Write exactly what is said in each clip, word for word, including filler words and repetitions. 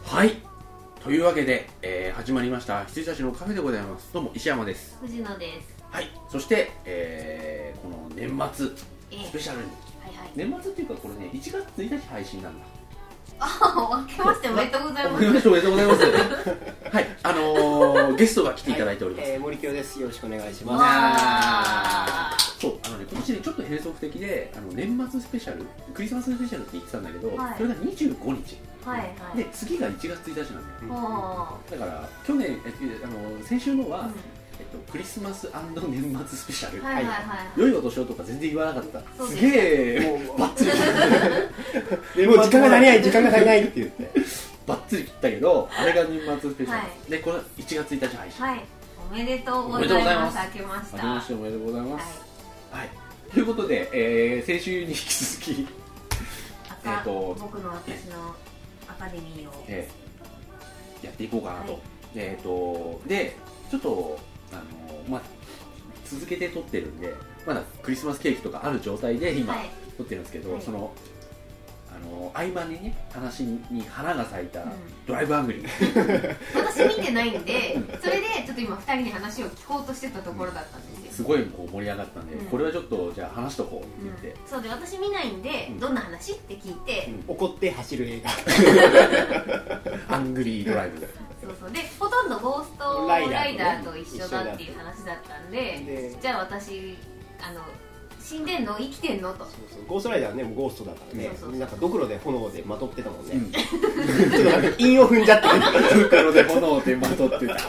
はい、というわけで、えー、始まりました羊たちのカフェでございます。どうも石山です。 藤野です。 はい、そして、えー、この年末スペシャルに、 えーはいはい、 年末っていうかこれねいちがつついたち配信なんだ。 あ、明けましておめでとうございます。 おめでとうございます。はい、あのー、ゲストが来ていただいております。 はい、えー、森清です。よろしくお願いします。 そう、あのね、今年ねちょっと変則的で、あの年末スペシャル、クリスマススペシャルって言ってたんだけど、はい、それがにじゅうごにち。 はいはい、 で次がいちがつついたちなんだよ、 うん、 だから去年、えあの先週のは、うん、えっと、クリスマス&年末スペシャル、はいはいはい、良いお年をとか全然言わなかった。すげえもうバッツリもう時間が足りない時間が足りないって言ってバッツリ切ったけど、あれが年末スペシャル、はい、でこれいちがつついたち配信、 はい、おめでとうございます。明けました。 明けましておめでとうございます、はいはい、ということで、えー、先週に引き続きえーと僕の私のアカデミーを、 えー、やっていこうかなと、はい、で, えー、とでちょっとあの、まあ、続けて撮ってるんで、まだクリスマスケーキとかある状態で今、はい、撮ってるんですけど、はい、そのあの合間にね話に花が咲いたドライブアングリー、 うん、私見てないんでそれでちょっと今ふたりに話を聞こうとしてたところだったんですよ。 すごいこう盛り上がったんで、うん、これはちょっとじゃあ話しとこうって言って、 うん、そうで私見ないんで、うん、どんな話って聞いて、 うん、怒って走る映画アングリードライブそうそうでほとんどゴーストライダーと一緒だっていう話だったんで、でじゃあ私あの死んでんの生きてんのと。そうそうゴーストライダーねもうゴーストだからね、そうそうそうなんかドクロで炎でまとってたもんね、うん、ちょっとなんか韻を踏んじゃってドクロで炎でまとってた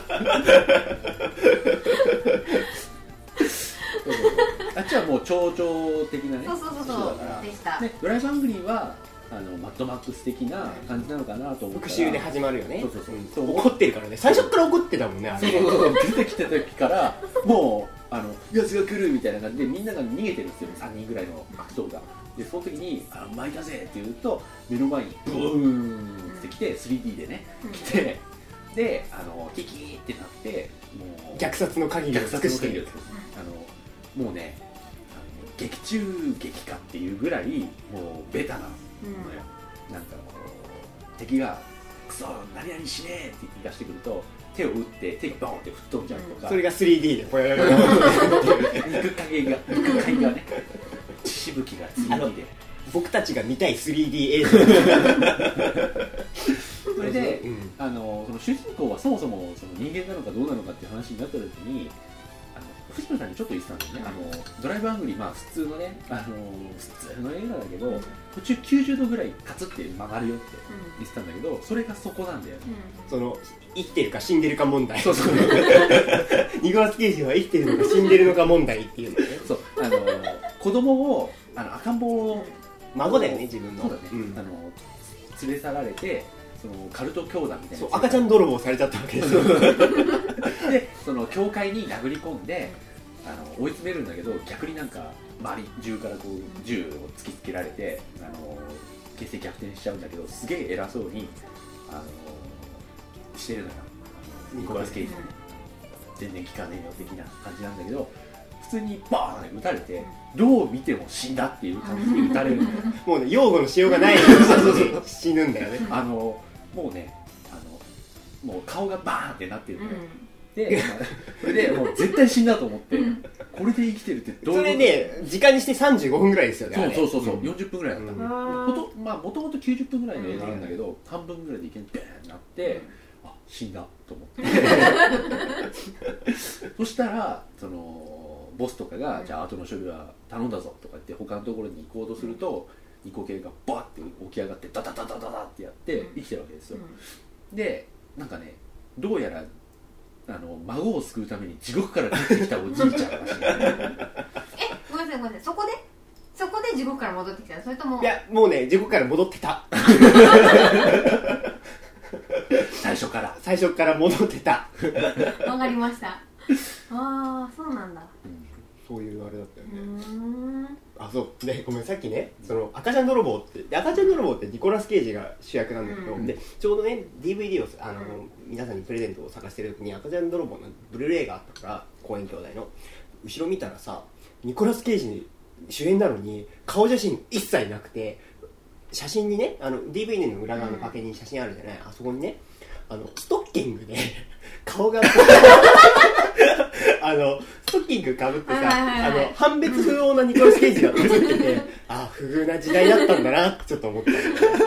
あっちはもう超々的なねそうそうそうそうでしたでドライブアングリーはあのマッドマックス的な感じなのかなと思ったら復讐で始まるよね。 そうそうそう、 うん、そう怒ってるからね最初から怒ってたもんねあれそうそうそう出てきた時からもうあのやつが来るみたいな感じでみんなが逃げてるんですよさんにんぐらいの悪党が。でその時にあの巻いたぜって言うと目の前にブーンってきて スリーディー でね来てであのキキーってなってもう虐殺の限りを尽くしている。 あのもうねあの劇中劇かっていうぐらいもうベタなのよ、うん、なんかこう敵がクソ何々しねえって言い出してくると手を打って手がボーンって吹っ飛んじゃうとか、 うん、それが スリーディー でポヨヨヨ肉影が肉影がね血しぶきが スリーディー で僕たちが見たい スリーディー 映像それで、うん、あのその主人公はそもそもその人間なのかどうなのかっていう話になった時にあの藤野さんにちょっと言ってたんですね、うん、あのドライブアングリー、まあ、普通のねあの普通の映画だけど、うん、途中きゅうじゅうどぐらいカツって曲がるよって言ってたんだけど、それがそこなんだよね、 うん、その生きてるか死んでるか問題。 そうそうニコラス・ケイジは生きてるのか死んでるのか問題っていうのね。 そうあの子供をあの赤ん坊を孫だよね自分の。 そうだね、うん、あの連れ去られてそのカルト教団みたいなそう赤ちゃん泥棒されちゃったわけですよでその教会に殴り込んであの追い詰めるんだけど逆になんか周り中からこう銃を突きつけられてあの形勢逆転しちゃうんだけどすげえ偉そうにあのしてるのよニコラス・ケイジ、全然効かねえよ的な感じなんだけど普通にバーン撃たれてどう見ても死んだっていう感じで撃たれるんだよもうね擁護のしようがない死ぬんだよねあのもうねあのもう顔がバーンってなってるのよ、うん、でそれでもう絶対死んだと思ってこれで生きてるってどうそれで時間にしてさんじゅうごふんぐらいですよね。 そうそうそうそう、うん、よんじゅっぷんぐらいだった、うん、もとまあもともときゅうじゅっぷんぐらいの映画なんだけど、うん、半分ぐらいでいけんベーンなって、うんあ死んだと思ってそしたらそのボスとかが、うん、じゃあ後の処理は頼んだぞとか言って他のところに行こうとすると、うん、ニコ系がバーって起き上がってダダダダダダってやって生きてるわけですよ、うん、でなんかねどうやらあの孫を救うために地獄から出てきたおじいちゃんらしいえごめんなさいごめんなさいそこでそこで地獄から戻ってきたそれともいやもうね地獄から戻ってた最初から最初から戻ってたわかりましたああそうなんだ、うん、 そういうあれだったよね。うーんあそうでごめんさっきねその赤ちゃん泥棒って赤ちゃん泥棒ってニコラス・ケイジが主役なんだけど、うん、でちょうどね ディーブイディー をあの、うん、皆さんにプレゼントを探してる時に赤ちゃん泥棒のブルーレイがあったから公園兄弟の後ろ見たらさニコラス・ケイジ主演なのに顔写真一切なくて写真にね、あの ディーブイディー の裏側のパケに写真あるじゃない、あそこにね、あのストッキングで顔があのストッキングかぶってさ、あの判別不能なニコラス・ケイジが映ってて、ああ不遇な時代だったんだなってちょっと思った。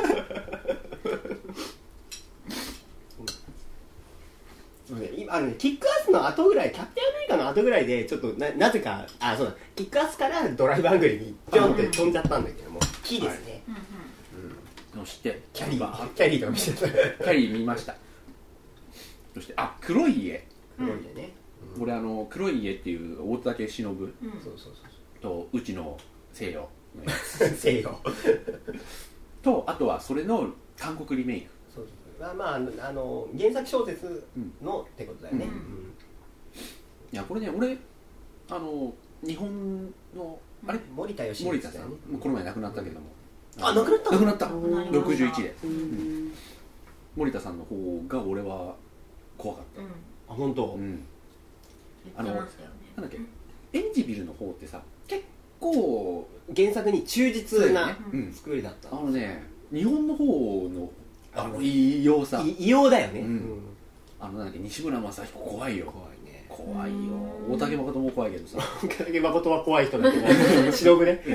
あのね、キックアスの後ぐらい、キャプテンアメリカの後ぐらいでちょっと な, なぜかあそうだキックアスからドライブアングルにピョンって飛んじゃったんだけども、キーですね。 そしてキャリーキャリーとか見せてた。 キャリー見ました。そしてあ黒い家、 黒い家ね。 これあの黒い家っていう大竹しのぶとうちの西洋のやつ西洋と、あとはそれの韓国リメイク。 そうそうまあまああの原作小説のってことだよね。うんうん、 いやこれね俺あの日本のあれ森田義森田さん、ね、この前亡くなったけども、 あ亡くなった亡くなったろくじゅういちで、うん、森田さんの方が俺は怖かった。うん、 あ本当。うん、 あのなんだっけエンジビルの方ってさ結構原作に忠実な作りだった。 あのね日本の方のあの異様さ異様だよね。うん、 あのなんだっけ西村雅彦怖いよ。 怖いね。 怖いよ。大竹誠も怖いけどさ。 大竹誠は怖い人だけど忍ぶね。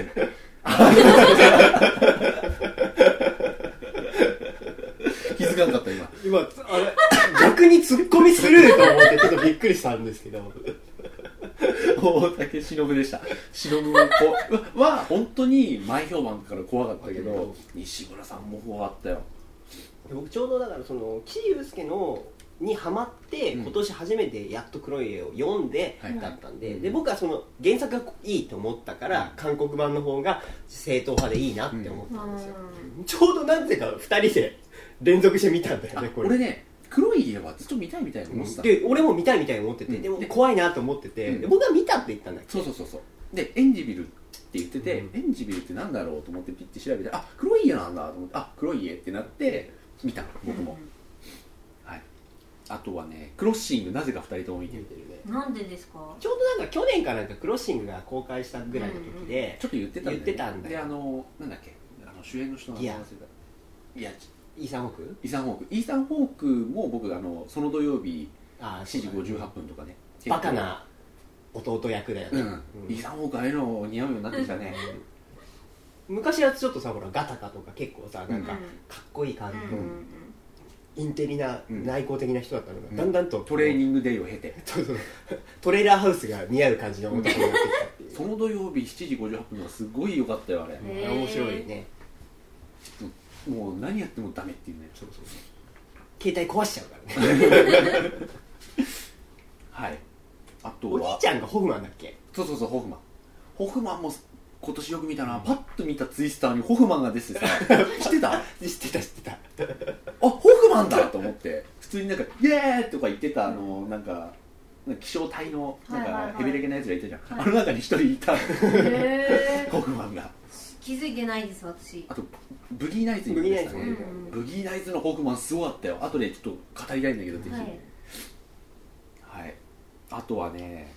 気づかなかった今。 今あれ逆にツッコミスルーと思ってちょっとびっくりしたんですけど。 大竹しのぶでした。しのぶはは本当に前評判から怖かったけど、西村さんも怖かったよ。 僕ちょうどだからその岸優介のにハマって、うん、今年初めてやっと黒い絵を読んでだったんで、はい、で僕はその原作がいいと思ったから、うん、韓国版の方が正統派でいいなって思ったんですよ。うん、ちょうどなんていうかふたりで連続して見たんだよねこれ。 俺ね黒い家はずっと見たいみたいに思ってた。 で俺も見たいみたいに思ってて、うん、でも怖いなと思ってて、うん、で僕は見たって言ったんだけど。 そうそうそうそう。でエンジビルって言ってて、うん、エンジビルってなんだろうと思ってピッて調べて、あ黒い家なんだと思って、あ黒い家ってなって見た僕も。うん、はい。あとはねクロッシングなぜかふたりとも見てるね。 なんでですか。 ちょうどなんか去年かなんかクロッシングが公開したぐらいの時で、 うん、ちょっと言ってたんだよ、ね、 言ってたんだよ。 であのなんだっけあの主演の人の名前忘れた。いやイーサン・ホークイーサン・ホークイーサン・ホークも僕あのその土曜日しちじごじゅうはっぷんとかねバカな弟役だよね。うんうん、 イーサン・ホークああいうの似合うようになってきたね。 昔はちょっとさほらガタカとか結構さなんかかっこいい感じの、うん、インテリな、うん、内向的な人だったのが、うん、だんだんとトレーニングデイを経てトレーラーハウスが似合う感じの男になってきたっていう。 その土曜日しちじごじゅうはっぷんがすごい良かったよあれ。 面白いね。 もう何やってもダメっていうね。 そうそうそう携帯壊しちゃうからね。 はいあとはお兄ちゃんがホフマンだっけ。 そうそうそうホフマンホフマンも今年よく見たな、うん、パッと見たツイスターにホフマンが出てさ知ってた知ってた知ってたあホフマンだと思って普通になんかイエーイとか言ってたあのなんか気象隊のなんかヘビレケなやつがいたじゃん、はいはいはい、あの中に一人いたホフマンが気づいてないです私。 あとブギーナイツにも出てたね。ブギーナイツのホフマンすごかったよ。あとでちょっと語りたいんだけどぜひ、はい、はい、あとはね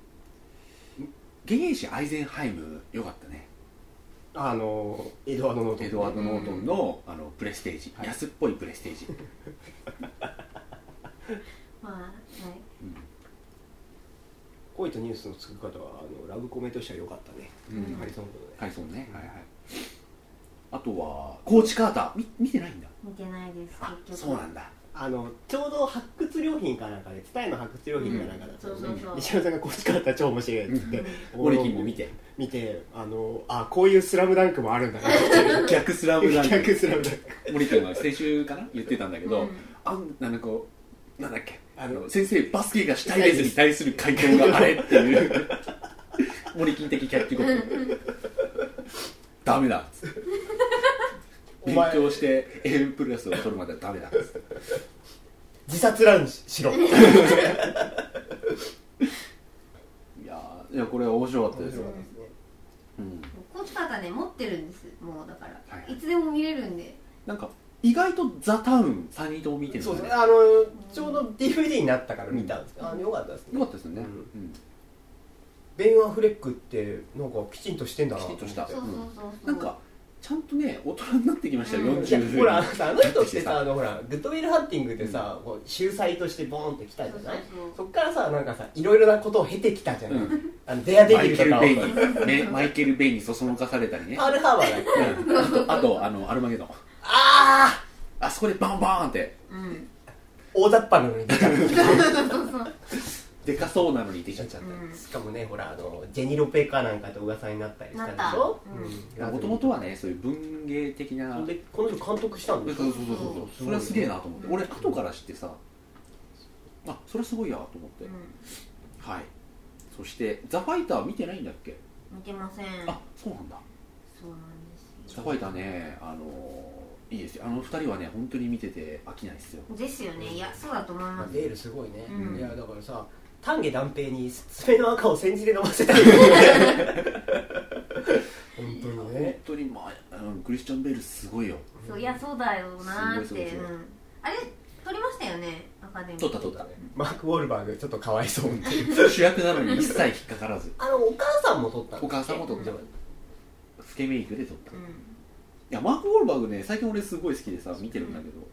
ゲイシ・アイゼンハイムよかったね。 あのエドワード・ノートンエドワード・ノートンの、あのプレステージ、はい、安っぽいプレステージまあはい、うん、 恋とニュースの作り方はあのラブコメとしては良かったね、うん、ハリソン・フォードね。 ハリソンね、はいはい。あとはコーチ・カーターみ見てないんだ。 見てないです。 あそうなんだ。 あのちょうど発掘良品かなんかで蔦屋の発掘良品かなんかだったので、西山さんがコーチ・カーター超面白いって言ってモリキンも見て見てあのあこういうスラムダンクもあるんだな逆スラムダンク逆スラムダンクモリキンは先週かな言ってたんだけど、うん、あなんかこうなんだっけあの先生バスケがしたいですに対する回答があれっていうモリキン的キャッチコピーダメだっつって勉強して エー プラスを取るまではダメだっつって自殺ランしろいやいやこれは面白かったですよ、 うん、コーチカーターね持ってるんですもうだから、はい、いつでも見れるんでなんか意外とザ・タウンさんにんとも見てるんですね。そうですねあのちょうど ディーブイディー になったから見たんですけど、うん、あのよかったですね。 よかったですね、うんうん、 ベン・アフレックってなんかきちんとしてんだなきちんとした、 そうそうそうそうなんかちゃんとね大人になってきましたよ、うん、よんじゅうほらあのさあの人ってさあのほらグッドウィルハンティングでさ、うん、こう秀才としてボーンって来たじゃない。 そうそうそう、そっからさなんかさいろいろなことを経てきたじゃない、うん、あのデアデビルとかをマイケル・ベイにマイケル・ベイにそそのかされたりね、 パールハーバーだっけ、うん、あとあのアルマゲドン、 あああそこでバンバーンって、 うん、 大雑把なのに出ちゃうでかそうなのに出ちゃった、うん、 しかもねほらあのジェニロペかなんかと噂になったりしたでしょ。 もともとはねそういう文芸的なでこの人監督したんですよ。 そうそうそうそう、それはすげえなと思って、俺後から知ってさあそれはすごいやと思って、うん、はい。そしてザ・ファイター見てないんだっけ。 見てません。 あそうなんだ。 そうなんですよ。 ザ・ファイターねあのいいですよ、あのふたりはね本当に見てて飽きないですよ。 ですよね。いやそうだと思います。 デールすごいね、うん、いやだからさ丹下断平に爪の赤を煎じで飲ませたい本当にね、 本当に、まあ、あのクリスチャン・ベールすごいよ。 そういやそうだよなーって、うん、あれ撮りましたよねアカデミー。 撮った撮った、 マーク・ウォールバーグちょっとかわいそうって主役なのに一切引っかからずあのお母さんも撮ったんです。 お母さんも撮った、うん、老けメイクで撮った、うん、いやマーク・ウォールバーグね最近俺すごい好きでさ見てるんだけど、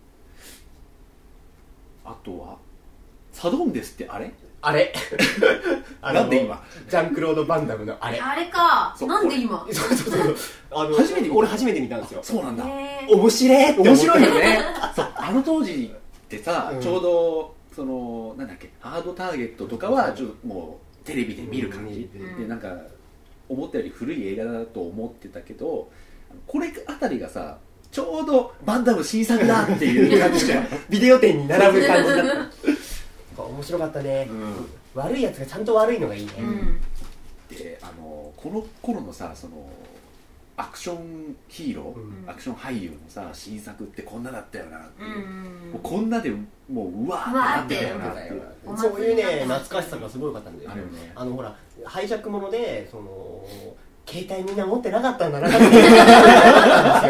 うん、あとはサドンデスってあれあれなんで今ジャンクロード・バンダムのあれあれかなんで今そうそうそうあの初めて俺初めて見たんですよ。 そうなんだ。 面白いって面白いよねそうあの当時ってさ、うん、ちょうどそのなんだっけハードターゲットとかはちょっともうテレビで見る感じ、うん、でなんか思ったより古い映画だと思ってたけどこれあたりがさちょうどバンダム新作だっていう感じでビデオ店に並ぶ感じだった面白かったね、うん、悪いやつがちゃんと悪いのがいいね、うん、 であのこの頃のさそのアクションヒーロー、うん、アクション俳優のさ新作ってこんなだったよなって、うん、もうこんなでもううわーってなってたよなっていうそういうね懐かしさがすごい良かったんだよね。あのほらハイジャックものでその携帯みんな持ってなかったんだなって思ったん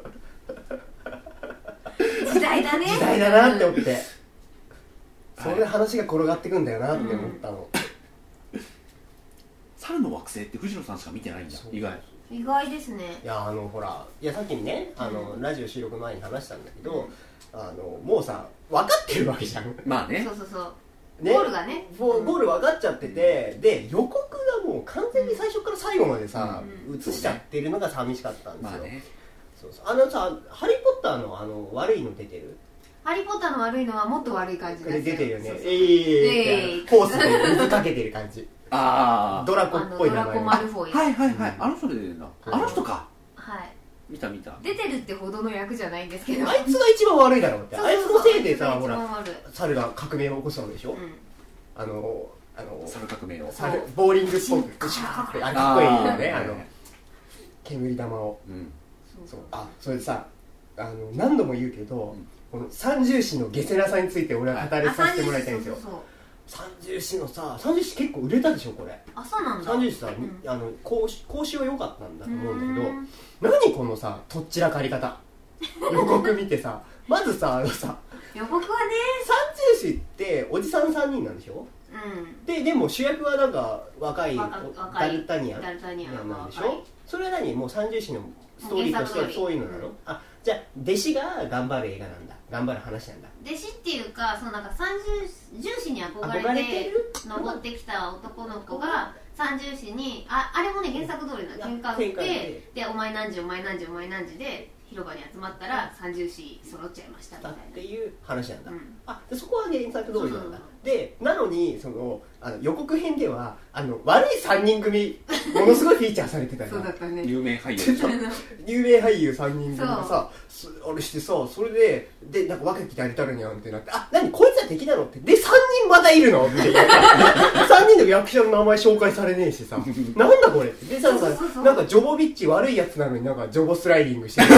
ですよ。 時代だね時代だなって思って、うん、それで話が転がってくんだよなって思ったの、 うん、猿の惑星って藤野さんしか見てないんだ。意外意外ですね。 いやあのほらいやさっきにねあの、うん、ラジオ収録前に話したんだけど、うん、あのもうさ分かってるわけじゃん。 まあねそうそうそうね、ゴールがねゴール分かっちゃってて、うん、で予告がもう完全に最初から最後までさ、うん、映しちゃってるのが寂しかったんですよ、まあね、そうそうあのさハリー・ポッターのあの悪いの出てる。 ハリー・ポッターの悪いのはもっと悪い感じですよ。 出てるよね。そうそうえー、えー、ホースで水かけてる感じああドラコっぽい名前。 ドラコ・マルフォイ。 はいはいはい、うん、あの人で出てるんだ、うん、あの人か。 はい見た見た。 出てるってほどの役じゃないんですけどあいつが一番悪いだろうって。あいつのせいでさほら猿が革命を起こしたのでしょ、うん、あのあの猿革命を猿ボーリングっぽくシャーってあかっこいいよねあの煙玉を、うん、そうあそれでさあの何度も言うけど、うん、この三重詩のゲセラさんについて俺は語りさせてもらいたいんですよ。三重詩のさ三重詩結構売れたでしょこれ。 あそうなんだ。 三重詩さ、うん、あの講師講師は良かったんだと思うんだけど何このさとっちらかり方予告見てさまずさあのさ予告はね三重詩っておじさんさんにんなんでしょ、うん、ででも主役はなんか若いダルタニアンなんでしょ。それは何もう三重詩のストーリーとしてそういうのなの、うん、あじゃあ弟子が頑張る映画なんだ頑張る話なんだ。 弟子っていうかそのなんか三重重視に憧れて登ってきた男の子が三重視に あ, あれもね原作通りの喧嘩を打ってでお前何時お前何時お前何時で広場に集まったら三重視揃っちゃいましたみたいなっていう話なんだ、うん、あでそこは原作通りなんだ。でなのにそのあの予告編ではあの悪いさんにん組ものすごいフィーチャーされてたよそうだったね。 有名俳優有名俳優さんにん組がさあれしてさそれででなんか若きダリタルニャンってなってあ何こいつは敵なのってでさんにんまだいるのっていうさんにんの役者の名前紹介されねえしさなんだこれってでさなんかジョボビッチ悪いやつなのになんかジョボスライディングしてる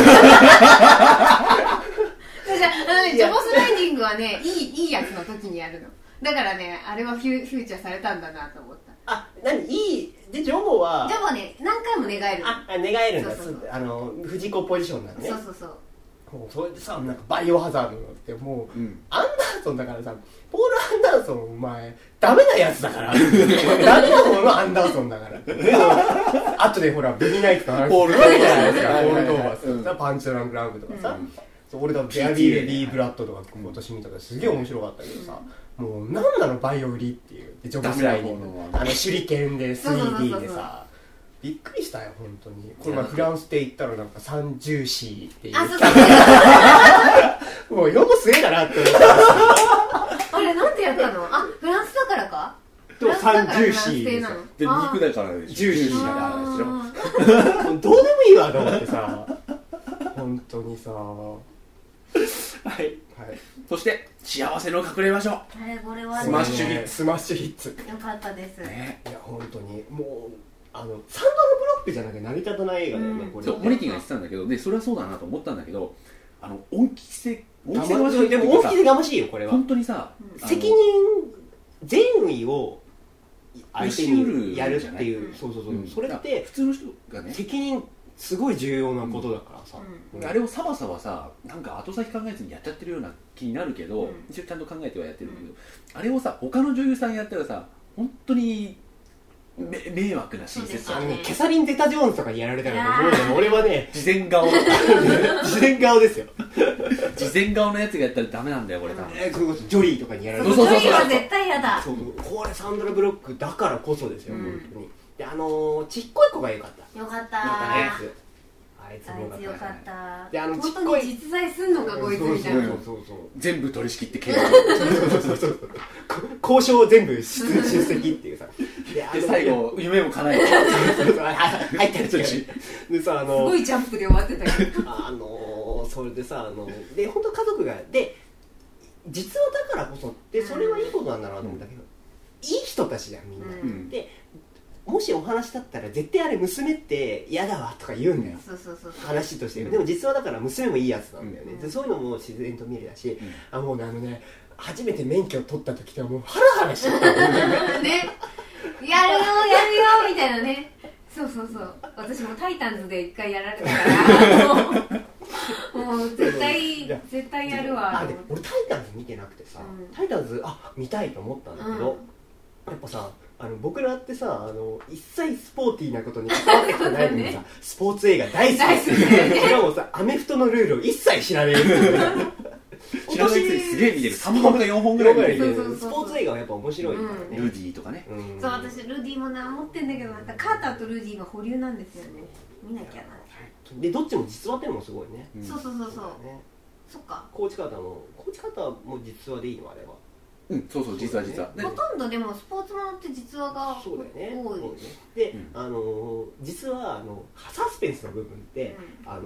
じゃあの、ね、ジョボスライディングはねいい、いいやつの時にやるのだからねあれはフュ、フューチャーされたんだなと思った。 あ何いいでジョボはジョボね何回も寝返るの。 あ寝返るんだ。そうそうそうあの藤子ポジションなんね。 そうそうそうそれでさなんかバイオハザードってもう、うん、アンダーソンだからさポール・アンダーーソンお前ダメなやつだからダメな方のアンダーソンだからあとでほらベニーナイツの話ポール・するわけじゃないですかはいはいはいポール・トーマスうんとかパンチドランク・ラングとかさ、 うんそう俺だベアリー・レディー・ブラッドとか今年見たからすげえ面白かったけどさ、もうなんなのバイオ売りっていうでジョブスライディングあの手裏剣で スリーディー でさびっくりしたよ本当に。これまあフランスで行ったらなんかサンジューシーっていうあそうそうもうよくすげえだなって思っあれなんてやったの？あフランスだからか？ たとサンジューシーフランスだからフランス製なので肉だからでしょジューシーだからでしょあどうでもいいわと思ってさ本当にさははいいそして幸せの隠れ場所ーあれこれはねスマッシュヒッツスマッシュヒッツよかったです。 ねいや本当にもうあのサンドラ・ブロックじゃなきゃ成り立たない映画だよね、 うんこれそうモリキンが言ってたんだけどでそれはそうだなと思ったんだけどあの恩着せ恩着せがましいでも大きでがましいよこれは本当にさうんあの責任善意を相手にやるっていう、 うんそうそうそう、 うんそれって普通の人がね責任すごい重要なことだからさ、 うんあれをサバサバさなんか後先考えずにやっちゃってるような気になるけど、 うん一応ちゃんと考えてはやってるんだけど、あれをさ他の女優さんやったらさ本当にめ迷惑な親切さあのねキャサリン・ゼタ・ジョーンズとかにやられたらもうね俺はね事前顔自然顔ですよ事前顔のやつがやったらダメなんだよこれ多分、 えそういうことジョリーとかにやられそうたらそうそうそうは絶対嫌だ。 そうこれサンドラ・ブロックだからこそですよ、 うん本当にであのー、ちっこい子が良かったよかったなんかねあいつあも良かっいつよかったであの本ちっこい当に実在すんのかこいつみたいな。 そうそうそうそう全部取り仕切って経営そうそうそう交渉全部出出席っていうさであので最後夢を叶えてそうそう入ったやつでさあすのごいジャンプで終わってたけど。 あのそれでさあので本当家族がで実話だからこそってそれはいいことなんだなと思ったけど、いい人たちじゃんみんな、 うんでもしお話だったら絶対あれ娘って嫌だわとか言うんだよ、 そうそうそうそう。 話としてでも実話だから娘もいいやつなんだよね、 うんでそういうのも自然と見れたし、 んあもうねあのね初めて免許を取った時ってもうハラハラしちゃったもんねね、やるよやるよみたいなね。そうそうそう。私もタイタンズで一回やられたからもうもう絶対いや絶対やるわあでと思って。 俺タイタンズ見てなくてさ、 うんタイタンズあ見たいと思ったんだけど、やっぱさあの僕らってさあの一切スポーティーなことに関わってきてないのにさ、 ねスポーツ映画大好き大好きだよねしかもさアメフトのルールを一切知らねえっていう知らないくせにすげえ見てるさんぼんかよんほんぐらい見てるぐらいでそうそうそうスポーツ映画はやっぱ面白いからね、 ルーディーとかねうんそう私ルーディもな思ってんだけどまたカーターとルーディが保留なんですよね。見なきゃな。 でどっちも実話ってのもすごいね、 うんそうそうそうそう。 ねそっか。 コーチ方もコーチ方も実話でいいのあれはうんそうそう実は実はほとんどでもスポーツものって実話がそうだよね多い。 そうねで、 うんあのー実はあのサスペンスの部分って、 うあのー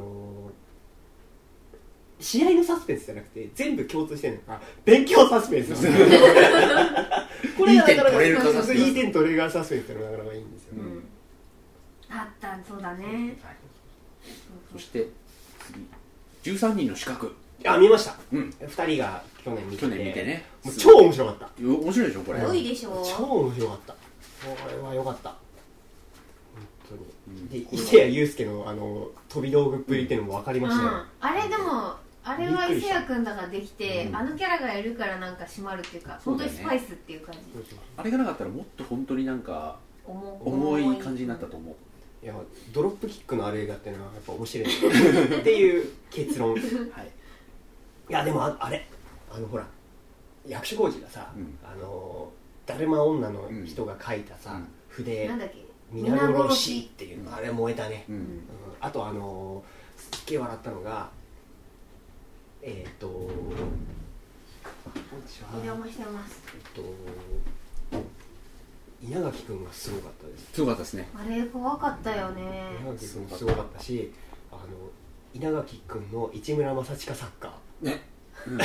試合のサスペンスじゃなくて全部共通してるのが勉強サスペンスなんですよこれがなかなかいい点取れるかそうサスペンスいい点取れるかサスペンスってのがなかなかいいんですよ、 うんうんあったそうだね。 はいそして次じゅうさんにんの資格あ見ましたうんふたりが去年見てて去年見てねもう超面白かった面白いでしょこれ多いでしょ。 超面白かったこれは良かった本当に、 うんで伊勢谷友介のあの飛び道具っぷりっていうのも分かりましたよ、 うん、あれでもあれは伊勢谷君だからできて、 うんあのキャラがいるからなんか締まるっていうかそうだよね本当にスパイスっていう感じ。 そうそうあれがなかったらもっと本当になんか重重い感じになったと思ういやドロップキックのある映画っていうのはやっぱ面白いっていう結論はいいやでも あ, あれあのほら役所広司がさ、 うんあのだるま女の人が書いたさ、 うん筆なんだっけ皆殺しっていうの、あれ燃えたね、 うんうんあとあのすっげえ笑ったのがえっ、ー、とお邪魔してます。 えっと稲垣君がすごかったですすごかったですねあれ怖かったよね。 稲垣君もすごかったしあの稲垣君の市村正親サッカーねうん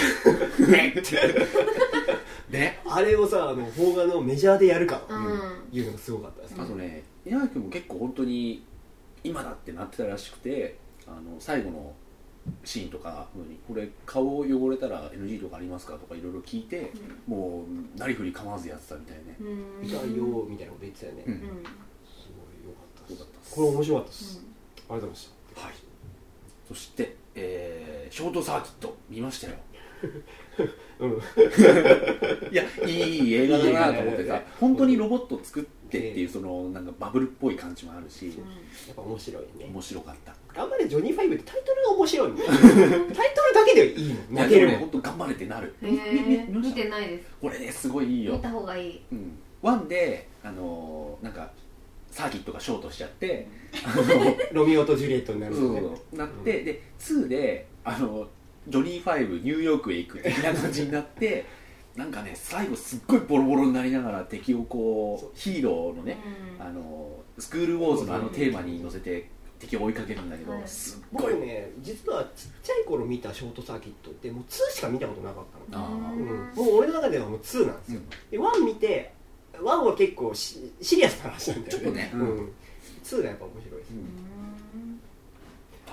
ねあれをさあの邦画のメジャーでやるかとうんいうのがすごかったです、 あとね稲垣君も結構本当に今だってなってたらしくてあの最後のシーンとかにこれ顔汚れたら エヌジー とかありますかとかいろいろ聞いて、もうなりふり構わずやってたみたいね、 うん痛いよみたいなこと言ってたよね、 うんうんすごい良かったですよかったですこれ面白かったです、 うんありがとうございましたはいそして、えー、ショートサーキット見ましたようん、 いやいい映画だなと思ってさ、本当にロボット作ってっていうそのなんかバブルっぽい感じもあるし、やっぱ面白いね。 面白かった。 頑張れジョニーファイブってタイトルが面白いねタイトルだけでいいの、泣けるもん。 本当頑張れってなる。 へー、見てないです。 これねすごいいいよ。 見た方がいい。 うん、ワンであのー、なんかサーキットがショートしちゃってロミオとジュリエットになるのね。そうそうなって、うん、でツーであのジョニーファイブニューヨークへ行く的な感じになってなんかね最後すっごいボロボロになりながら敵をこうヒーローのね、うん、あのスクールウォーズのあのテーマに乗せて敵を追いかけるんだけど、うん、すっごい僕ね実はちっちゃい頃見たショートサーキットってもうツーしか見たことなかったの。あ、うん、もう俺の中ではもうツーなんですよ、うん、でワン見てワンは結構シリアスな話なんだよね。ちょっとね、うん、ツーがやっぱ面白いです、うん、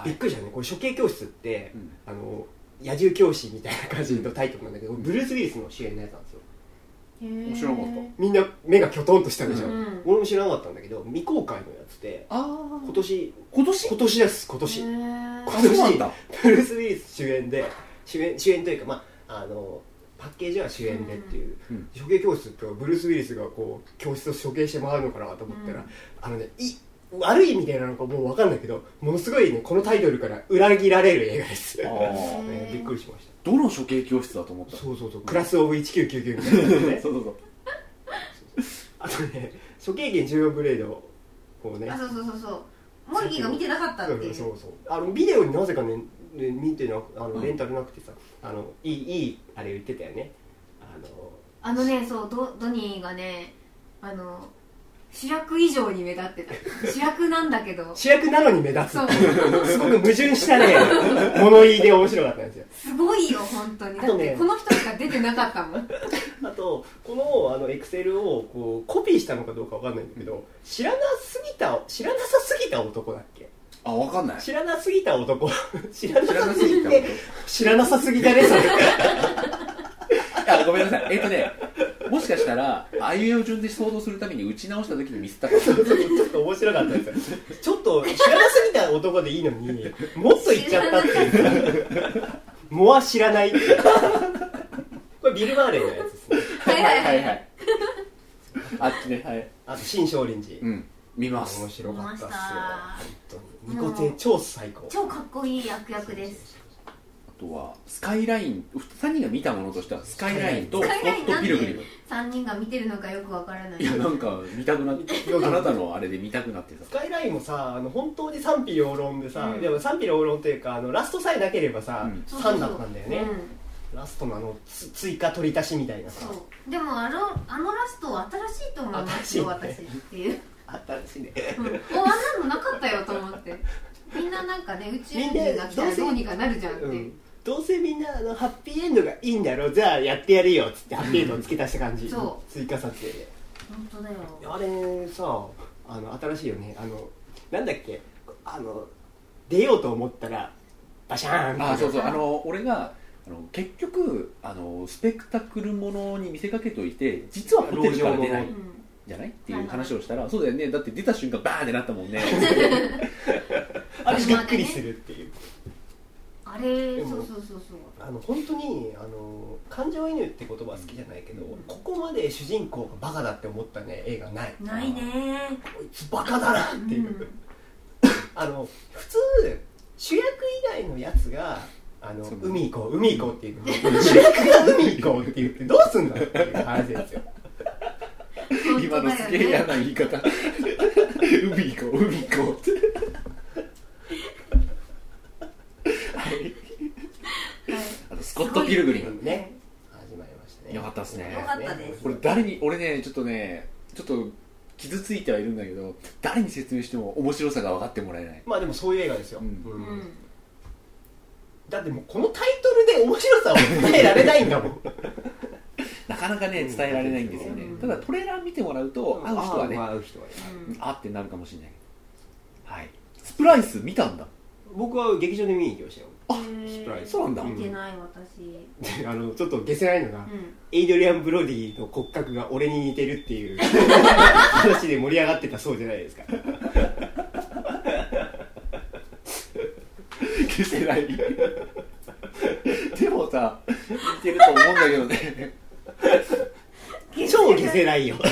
びっくりしたね。これ処刑教室って、うん、あの野獣教師みたいな感じのタイトルなんだけど、うん、ブルース・ウィリスの主演のやつなんですよ。 面白かった。 みんな目がキョトンとしたでしょ、うん、俺も知らなかったんだけど未公開のやつで、あ今年今年今年です今年今年ブルース・ウィリス主演で主演主演というかまああのパッケージは主演でっていう、うん、処刑教室ってブルース・ウィリスがこう教室を処刑して回るのかなと思ったら、うん、あのねい悪いみたいなのかもう分かんないけどものすごいねこのタイトルから裏切られる映画ですあ、ね、びっくりしました。 どの処刑教室だと思った。 そうそうそう、クラスオブせんきゅうひゃくきゅうじゅうきゅうみたいなねそうそうそうあとね処刑剣じゅうよんブレードをこうねあそうそうそうそうモリキーが見てなかったっていう。 そうそうそうあのビデオになぜかね見てなあのレンタルなくてさ、うん、あのいいいいあれ言ってたよね。あのあのねそう ド, ドニーがねあの主役以上に目立ってた。主役なんだけど主役なのに目立つすごく矛盾したね物言いで面白かったんですよ。 すごいよ本当に。だってこの人しか出てなかったもんあとこのあのエクセルをこうコピーしたのかどうかわかんないんだけど知らなすぎた知らなさすぎた男だっけ。 あ、わかんない。 知らなすぎた男知らなさすぎて知らなさすぎたねそれあ、ごめんなさい。えっとねもしかしたらあいうえお順で想像するために打ち直した時にミスったかも。 そうそうそうちょっと面白かったですよちょっと知らなすぎた男でいいのにもっと言っちゃったっていうもは知らないってこれビル・マーレーのやつですね。 はいはいはいはいあっちね。はい。 あと新少林寺、うん、 見ます。 面白かったっすよ本当に。ニコテ超最高。 超かっこいい役役です。 あとはスカイラインさんにんが見たものとしてはスカイラインとスコット・ピルグリム。 さんにんが見てるのかよくわからない。 いやなんか見たくなってあなたのあれで見たくなってさ。 スカイラインもさあの本当に賛否両論でさ、うん、でも賛否両論というかあのラストさえなければさ、うん、さんだったんだよね、うん、ラストのあの追加取り足しみたいなさ。 そうでもあのあのラストは新しいと思いますよ、ね、私っていう新しいね、 うん、おあんなのなかったよと思ってみんななんかね宇宙人が来たらどうにかなるじゃんって、うん、 どうせみんなあのハッピーエンドがいいんだろうじゃあやってやるよっつってハッピーエンドを付け足した感じ、うん、そう追加撮影で本当だよ。 あれさあの新しいよね。あのなんだっけあの出ようと思ったらバシャーンって。 あそうそうあの俺があの結局あのスペクタクルものに見せかけといて実はホテルから出ないじゃないっていう話をしたら、そうだよねだって出た瞬間バーンってなったもんねあれびっくりするっていう。 あれそうそうそうそうあの本当にあの感情移入って言葉は好きじゃないけど、うん、ここまで主人公がバカだって思ったね映画ないないね。 こいつバカだなっていう、うん、あの普通主役以外のやつがあの海行こう海行こうっていう主役が海行こうって言ってどうすんだっていう話ですよ今のすげえ嫌な言い方海行こう海行こうってあとスコット・ピルグリムね始まりましたね。 よかったですね。 よかったです。 これ誰に俺ねちょっとねちょっと傷ついてはいるんだけど誰に説明しても面白さが分かってもらえない。 まあでもそういう映画ですよ、うんうん、 だってもうこのタイトルで面白さを伝えられないんだもんなかなかね伝えられないんですよね、うん、ただトレーラー見てもらうと合う人はね、うん、 合う人はね、 うん、あってなるかもしれない。はい。スプライス見たんだ。 僕は劇場で見に行きましたよ。 あ、スプライスそうなんだ。 見てない私。 あのちょっと消せないのが、うん、エイドリアン・ブロディの骨格が俺に似てるっていう話で盛り上がってたそうじゃないですか消せないでもさ似てると思うんだけどね超消せないよひと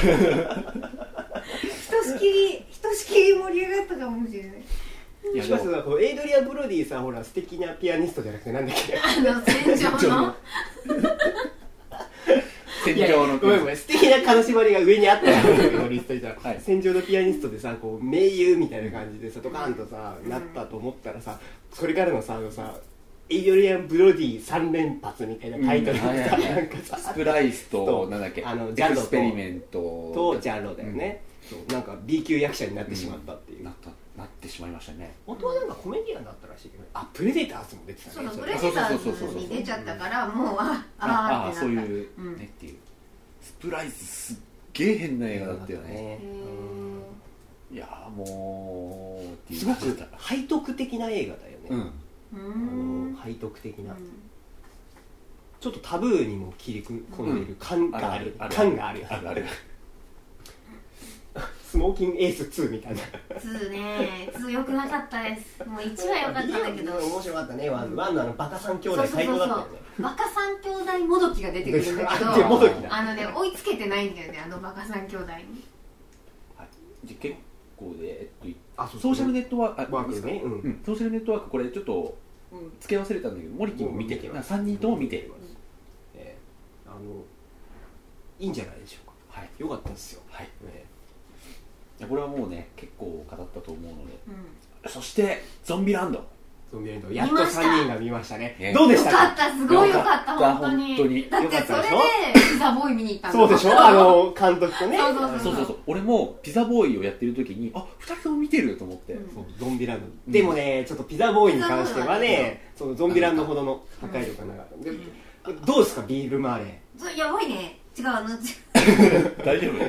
しきりひとしきり盛り上がったかもしれない。 いやしかしさ、こうエイドリア・ブロディさんほら素敵なピアニストじゃなくてなんだっけあの戦場の戦場のごめんごめん素敵な金縛りが上にあったよリストいたら、 はい、 戦場のピアニストでさこう名優みたいな感じでさドカーンとさ、うん、なったと思ったらさそれからのさあのさエイドリアン・ブロディさん連発みたいなタイトルでさ、うん、なんかさスプライスとなんだっけあのジャロエクスペリメントとジャロだよね、うん、そうなんか B 級役者になってしまったっていう、 うん、なったなってしまいましたね。 本当はなんかコメディアンだったらしいけど、あプレデターズも出てたね。 そうそうプレデターズに出ちゃったからもうあああそういうねっていう、スプライスすっげえ変な映画だったよね。いやもうすごく背徳的な映画だよね。 うん、 あの背徳的な、うん、ちょっとタブーにも切り込んでいる感がある、うん、感があるよね。あるあるスモーキングエースツーみたいなツーね、ツー良くなかったです。もういちは良かったんだけど面白かったね。ワンのあのバカ三兄弟最高だったよね。 バカ三兄弟もどきが出てくるんだけどあのね追いつけてないんだよね、あのバカ三兄弟に。はい、 じゃ結構で、えっと、 あソーシャルネットワーク、 ワークね、うんうん、ソーシャルネットワークこれちょっと、うん、付け忘れたんだけど森木も見てさんにんとも見て、 えー、あのいいんじゃないでしょうか。はい、良かったですよ。はい、ね、 いやこれはもうね結構語ったと思うので、うん、そしてゾンビランドゾンビランドやっとさんにんが見ましたね。どうでしたか。 よかった、すごいよかった本当に。 本当にだってそれでピザボーイ見に行ったんだ。 そうでしょ、あの監督とね。 そうそうそうそう、俺もピザボーイをやってる時にあふたりとも見てると思って、うん、 そうゾンビランド、うん、でもねちょっとピザボーイに関してはねそのゾンビランドほどの破壊力がなかった、うん、でどうですかビール・マーレー。やばいね、違うあの大丈夫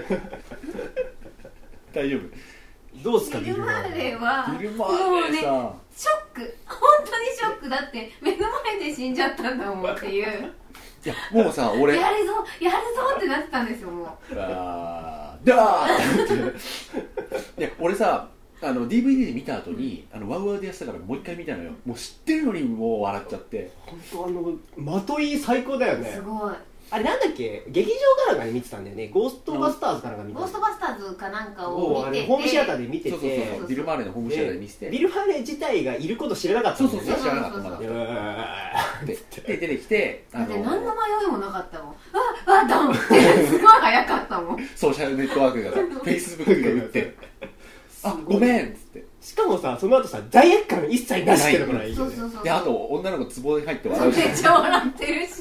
大丈夫どうすかビルマーレはビルマーレさ、 もうねショック、本当にショックだって、目の前で死んじゃったんだもんっていう。 いやもうさ俺やるぞやるぞってなってたんですよ。もうあーだーっていや俺さあの ディーブイディー で見た後に、うん、あのワウワウでやってたからもう一回見たのよ。もう知ってるのにもう笑っちゃって。 本当あのまとい最高だよね。 すごい。 あれなんだっけ、劇場かなんかで見てたんだよね。ゴーストバスターズかなんか見てた。 ゴーストバスターズかなんかを見てて、 ホームシアターで見てて、 そうそうそう、ビル・マーレのホームシアターで見てて、 ビル・マーレ自体がいること知らなかったんだよね。 そうそうそう、知らなかったまだ。で出てきて、 あの何の迷いもなかったもん。ああドンってすごい早かったもん。 ソーシャルネットワークがさ、フェイスブックが打って、あごめんっつって。 しかもさ、その後さ、罪悪感一切なしってのがいいよね。 であと女の子壺に入って笑うし。 めっちゃ笑ってるし。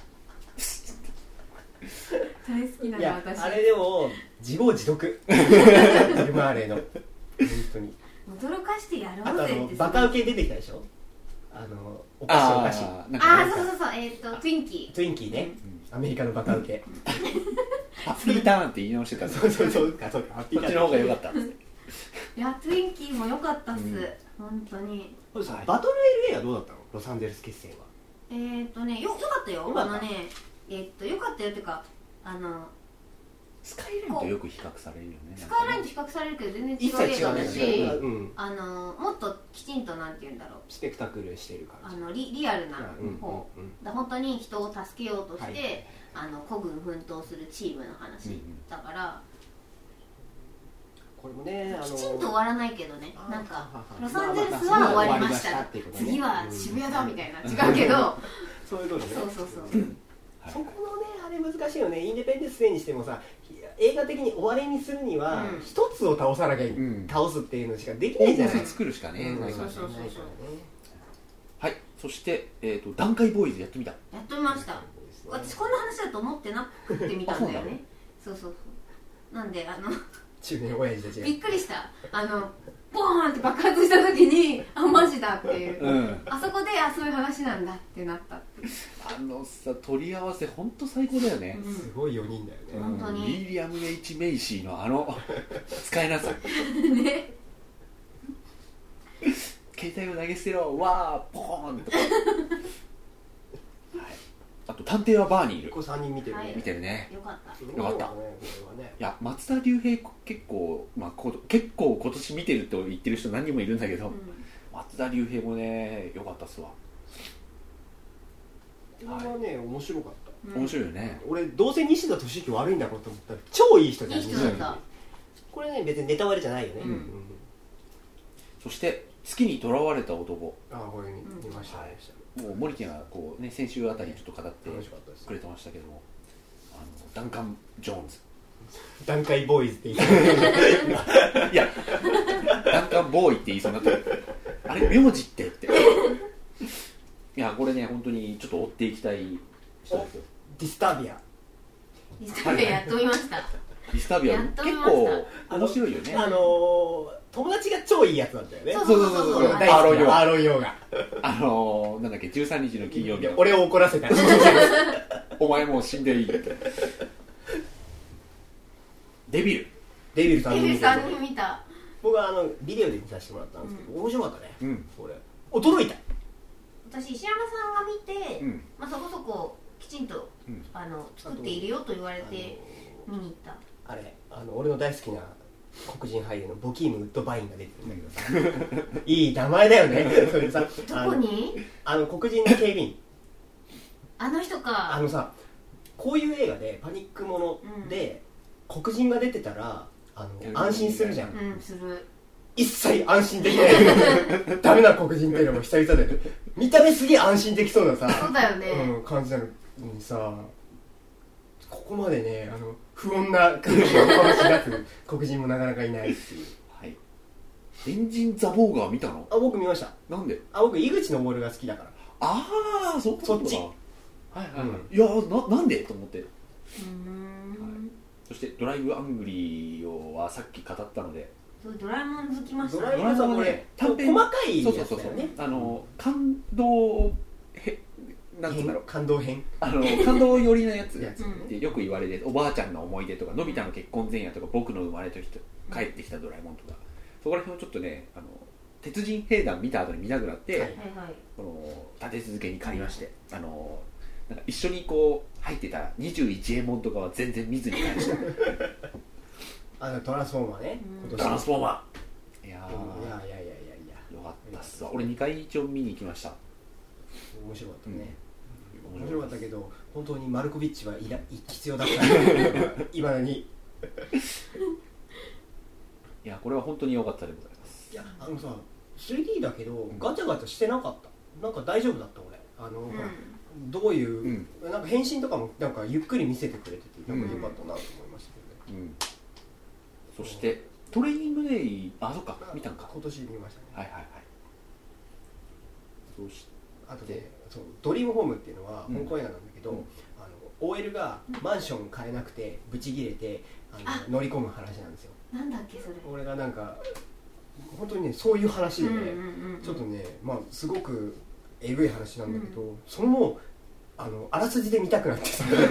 大好きなの私。 あれでも自業自得ビル・マーレの本当に驚かしてやろうぜって。 あとあのバカウケ出てきたでしょ。あのお菓子お菓子ああそうそうそう、えっとトゥインキートゥインキーね、アメリカのバカウケハッピーターンって言い直してた。 そうそうそうかそうか、ハッピーターンこっちの方が良かったっつって。 いやトゥインキーも良かったっす、本当に。 バトル エルエー はどうだったの、ロサンゼルス決戦は。 えっとねよよかったよ。あのねえっとよかったよっていうか、あのスカイラインとよく比較されるよね。 スカイラインと比較されるけど全然違う映画だし、あのもっときちんとなんて言うんだろう、 スペクタクルしてる感じ、 あの リ, リアルな方、うんうん、だ本当に人を助けようとして、はい、あの孤軍奮闘するチームの話、うん、だからこれもね、 きちんと終わらないけどね、なんかロサンゼルスは終わりました、まあまあね、次は渋谷だみたいな、うん、違うけどそういうことね。 そうそうそう、 そこのねあれ難しいよね。インディペンデンス・デーにしてもさ、映画的に終わりにするには一、うん、つを倒さなきゃ、うん、倒すっていうのしかできないじゃない。 作るしかね、 うん、ないからね。 はい、そして、えーと、段階ボーイズやってみた。 やってみました。私こんな話だと思ってなくて見たんだよね。そうそうそう。なんであの中年親父たちがびっくりした。あのボーンって爆発した時にあマジだっていう、うん、あそこであそういう話なんだってなったって。 あのさ取り合わせ本当最高だよね、 うん、すごいよにんだよね、 うん、本当に。 ウィリアム・エイチ・メイシーのあの使いなさいね携帯を投げ捨てろわーポーンとあと探偵はバーにいる。 これさんにん見てるね、はい、 見てるね。 よかったよかった、 ねね、 いや松田龍平結構、まあ、こ結構今年見てると言ってる人何人もいるんだけど、うん、松松田龍平もね良かったっすわ。 これはね、面白かった、 うん、面白いよね。 俺どうせ西田敏行悪いんだろうと思ったら超いい人じゃん。 いい人だった。 これね別にネタバレじゃないよね、うんうん、 そして月にとらわれた男。 ああこれ見ました、 うん、もう森木がこうね先週あたりちょっと語ってくれてましたけども、あのダンカン・ジョーンズ段階ボーイズって言いいやダンカンボーイって言いそうになってるあれ名字ってっていやこれね本当にちょっと追っていきたい人ですよ。 ディスタービアディスタービアやっと見ましたディスタービア結構面白いよね。 あのー、友達が超いいやつなんだよね。 そうそうそうそう、 アーロンヨーアーロンヨーがあのー、なんだっけじゅうさんにちの金曜日の俺を怒らせたお前もう死んでいいってデビルデビルさんデビルさんに見た。 僕はあのビデオで見させてもらったんですけど、うん、面白かったね、うん、これ驚いた。 私石山さんが見て、うん、まあ、そこそこきちんと、うん、あの作っているよと言われて見に行った。 あれあの俺の大好きな黒人俳優のボキーム・ウッドバインが出てるんだけどさいい名前だよねそれさどこにあの黒人の警備員あの人か。 あのさこういう映画でパニックもので、うん、黒人が出てたらあの安心するじゃん、 うん、する。 一切安心できないダメな黒人っていうのも久々で見た目すげえ安心できそうなさそうだよね、 うん、感じなのにさここまでねあの不穏な空気を醸し出す黒人もなかなかいないっていう。 はい。エンジン・ザ・ボーガー見たの？ あ、僕見ました。 なんで？ あ、僕井口昇が好きだから。 ああ、そっそっち。 はいはいはい。うん、いやななんでと思って。うーん、 はい。そしてドライブ・アングリーをはさっき語ったので。 ドラえもん好きましたね。 ドラえもんさんこれ短編細かいやつだよね。そうそうそうそう。 あの感動へなんつうんだろう、 感動編あの感動寄りのやつってよく言われて、おばあちゃんの思い出とかのび太の結婚前夜とか僕の生まれた日と帰ってきたドラえもんとか、そこら辺をちょっとねあの鉄人兵団見た後に見たくなって、はいはいはい、この立て続けに借りまして、あのなんか一緒にこう入ってたにじゅういちエモンとかは全然見ずに返したあのトランスフォーマーね、 今年トランスフォーマーいやーいやいやいやいやいやよかったっすわ。俺にかい一応見に行きました。 面白かったね、うん、面白かったけど本当にマルコビッチはいら必要だったいまだにいやこれは本当に良かったでございます。 いやあのさ スリーディー だけどガチャガチャしてなかった。なんか大丈夫だった俺あの、うん、どういう、うん、なんか変身とかもなんかゆっくり見せてくれててなんか良かったなと思いましたけどね、 うん、そしてトレーニングデイあそっか見たんか今年見ましたね。 はいはいはい。そしてあとでそうドリームホームっていうのは香港映画なんだけど、うん、あの オーエル がマンション買えなくてブチギレてあの乗り込む話なんですよ。 なんだっけそれ。 俺がなんか本当にねそういう話でね、うんうんうん、ちょっとねまあすごくえぐい話なんだけど、うん、そのもうあのあらすじで見たくなってさはい。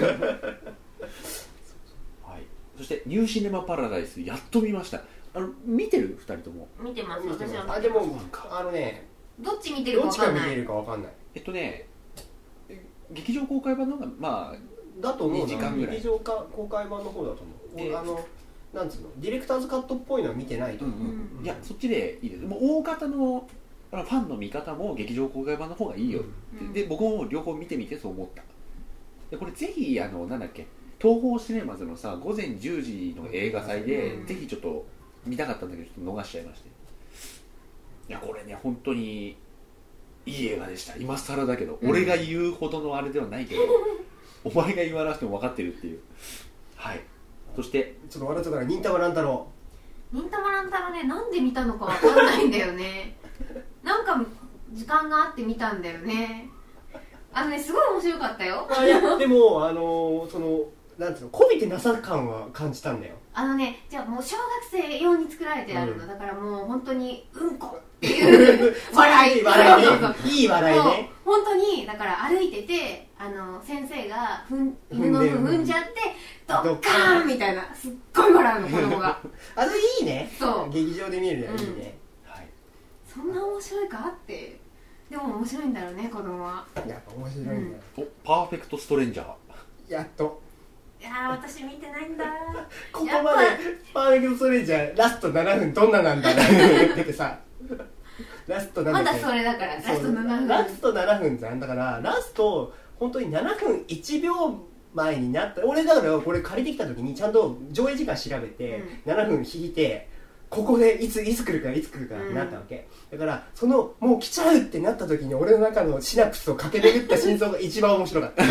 そしてニューシネマパラダイスやっと見ました。あの見てるふたりとも。 見てます。私はあでもあのねどっち見てるか分かんない。 どっちから見てるか分かんない。 えっとね劇場公開版の方がまあだと思うな。 にじかんぐらい劇場か公開版の方だと思う、えー、あのなんつうのディレクターズカットっぽいのは見てないと思う、うんうん、いやそっちでいいです。もう大方のファンの見方も劇場公開版の方がいいよって、うん、で僕も両方見てみてそう思った。でこれぜひあのなんだっけ東宝シネマズのさ午前じゅうじの映画祭で、うん、ぜひちょっと見たかったんだけどちょっと逃しちゃいまして、いやこれね本当にいい映画でした。今更だけど、うん、俺が言うほどのあれではないけどお前が言わなくても分かってるっていう。はい。そしてちょっと笑っちゃったから忍たま乱太郎忍たま乱太郎ねなんで見たのか分かんないんだよねなんか時間があって見たんだよね。あのねすごい面白かったよ。 あいやでもあのー、そのなんていうのこびてなさ感は感じたんだよ。 あのねじゃあもう小学生用に作られてあるの、うん、だからもう本当にうんこっていう笑い笑いねいい笑いね。 本当にだから歩いててあの先生がふん犬の糞踏んじゃってドッカーンみたいなすっごい笑うの子供があのいいね。 そう劇場で見るのいいね、 うんはい、そんな面白いかって。でも面白いんだろうね子供は。 やっぱ面白いんだよ、 うん、おパーフェクトストレンジャーやっと。 いや私見てないんだここまでパーフェクトストレンジャーラストななふんどんななんだって言っててさラストなんだっけ、 まだそれだからラストななふんラストななふんじゃん。だからラスト本当にななふんいちびょうまえになった。俺だからこれ借りてきた時にちゃんと上映時間調べて、うん、ななふん引いてここでいついつ来るかいつ来るかってなったわけ、うん、だからそのもう来ちゃうってなった時に俺の中のシナプスを駆け巡った真相が一番面白かった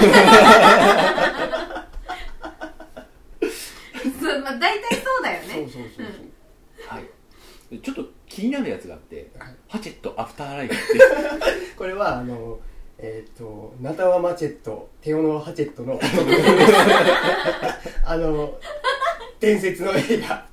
そう、まあ、大体そうだよね。 そうそうそうそう、 うん、はい。ちょっと気になるやつがあって、はい、ハチェットアフターライフってこれはあのえっ、ー、とナタワマチェットテオノハチェットのあの伝説の映画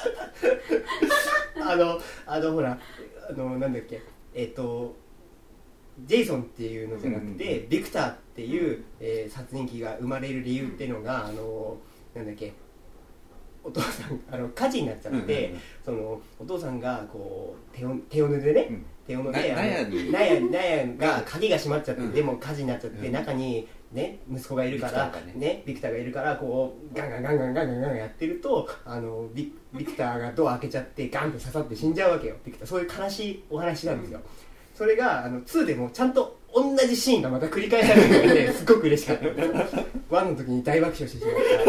あのあのほらあのなんだっけえっ、ー、とジェイソンっていうのじゃなくて、うん、ビクターっていう、えー、殺人鬼が生まれる理由っていうのが、うん、あのなんだっけお父さんあの火事になっちゃって、うんうんうん、そのお父さんがこう手を手を抜でね、うん、手を抜で納屋に納屋納屋が鍵が閉まっちゃって、うん、でも火事になっちゃって、うん、中にね息子がいるからビクターがね、ねビクターがいるからこうガンガンガンガンガンガンガンやってるとあの ビ, ビクターがドア開けちゃってガンって刺さって死んじゃうわけよ。ビクターそういう悲しいお話なんですよ、うん、それがあのツーでもちゃんと同じシーンがまた繰り返されるので、ね、すごく嬉しかったワンの時に大爆笑してしま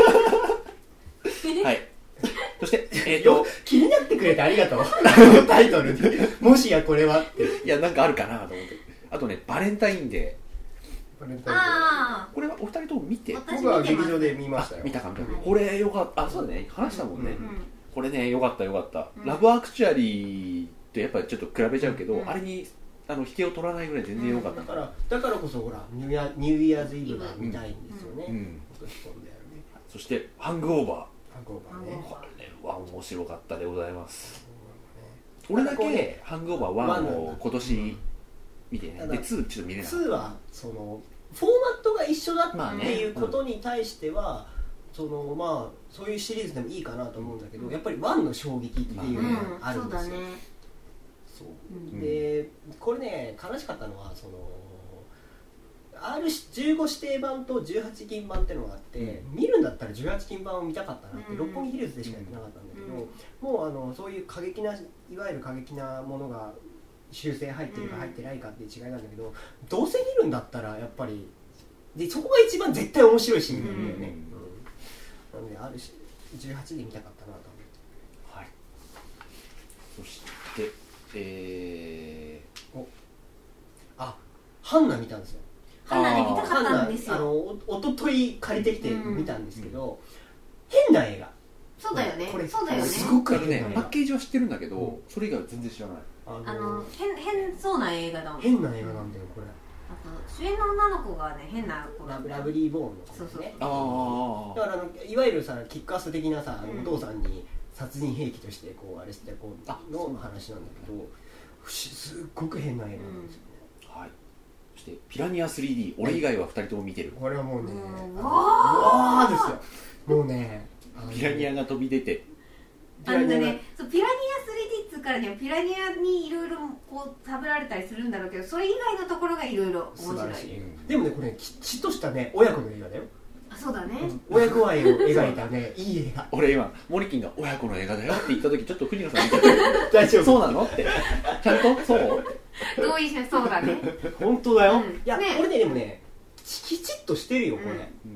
ったはいそして、えー、と気になってくれてありがとうタイトルでもしやこれはっていやなんかあるかなと思って。あとねバレンタインデーバレンタインデーあこれはお二人とも見て僕は劇場で見ましたよ。 見た感覚、うん、これよかった。あそうだね話したもんね、うんうん、これねよかったよかった、うん、ラブアクチュアリーとやっぱりちょっと比べちゃうけど、うん、あれにあの引けを取らないぐらい全然よかった、うん、 だからだからこそほらニューイヤーニューイヤーズイブが見たいんですよね、うんうん、 そしてハングオーバーハングオーバーねこれは面白かったでございます、うん、俺だけハングオーバーワンを今年見てね、うん、でツーちょっと見れない。 ツーはそのフォーマットが一緒だっていうことに対しては、まあねうん、そのまあそういうシリーズでもいいかなと思うんだけど、やっぱりワンの衝撃っていうのがあるんですよ、うん、そう、でこれね悲しかったのはその アールじゅうご 指定版とじゅうはち禁版ってのがあって、うん、見るんだったらじゅうはち禁版を見たかったなって、うん、六本木ヒルズでしかやってなかったんだけど、うん、もうあのそういう過激ないわゆる過激なものが修正入ってるか入ってないかっていう違いなんだけど、どうせ見るんだったらやっぱりでそこが一番絶対面白いシーンなんだよね、うんうん、なので アールじゅうはち で見たかったなと思って、 はい、そしてえー、おあハンナ見たんですよ。 ハンナで見たかったんですよ。 あのおおととい借りてきて見たんですけど、うん、変な映画。 そうだよね。 これそうだよね。 すごく変な映画。 パッケージは知ってるんだけど、うん、それ以外は全然知らない。 あのあの変変そうな映画だもん。 変な映画なんだよこれ。 あと主演の女の子がね変な子だ。 ラブリーボーンの子ね。 そうそう。 ああ。 だからあのいわゆるさキックアス的なさ、うん、お父さんに殺人兵器としてこうあれしてこうの話なんだけど、すっごく変な映画なんですよね。 うん、はい。そしてピラニア スリーディー 俺以外はふたりとも見てる。 これはもうね、 うわーですよ。もうね、 ピラニアが飛び出て。 あのね、そうピラニア スリーディー っつうからね、ピラニアにいろいろこう食べられたりするんだろうけど、それ以外のところがいろいろ面白い。 でもね、これきちっとしたね親子の映画だよ。 あ、そうだね。 親子愛を描いたね、いい映画。 俺今モリキンが親子の映画だよって言った時ちょっと藤野さん見て大丈夫そうなのってちゃんとそう同意してそうだね。 本当だよ。 うん、 いや、ね、これねでもねきちっとしてるよこれ。うん、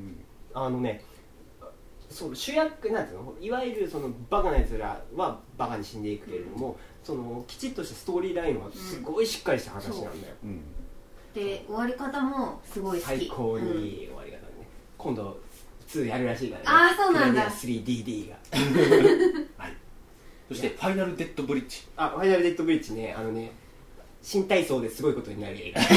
あのね。そう主役なんていうのいわゆるそのバカなやつらはバカに死んでいくけれども、うん、そのきちっとしたストーリーラインはすごいしっかりした話なんだよ、うん、 で終わり方もすごい好き。 最高にいい終わり方でね、うん、今度ツーやるらしいからね。 ああそうなんだ。 スリーディーディー がはい。そしてファイナルデッドブリッジ。 あファイナルデッドブリッジね、あのね新体操ですごいことになる映画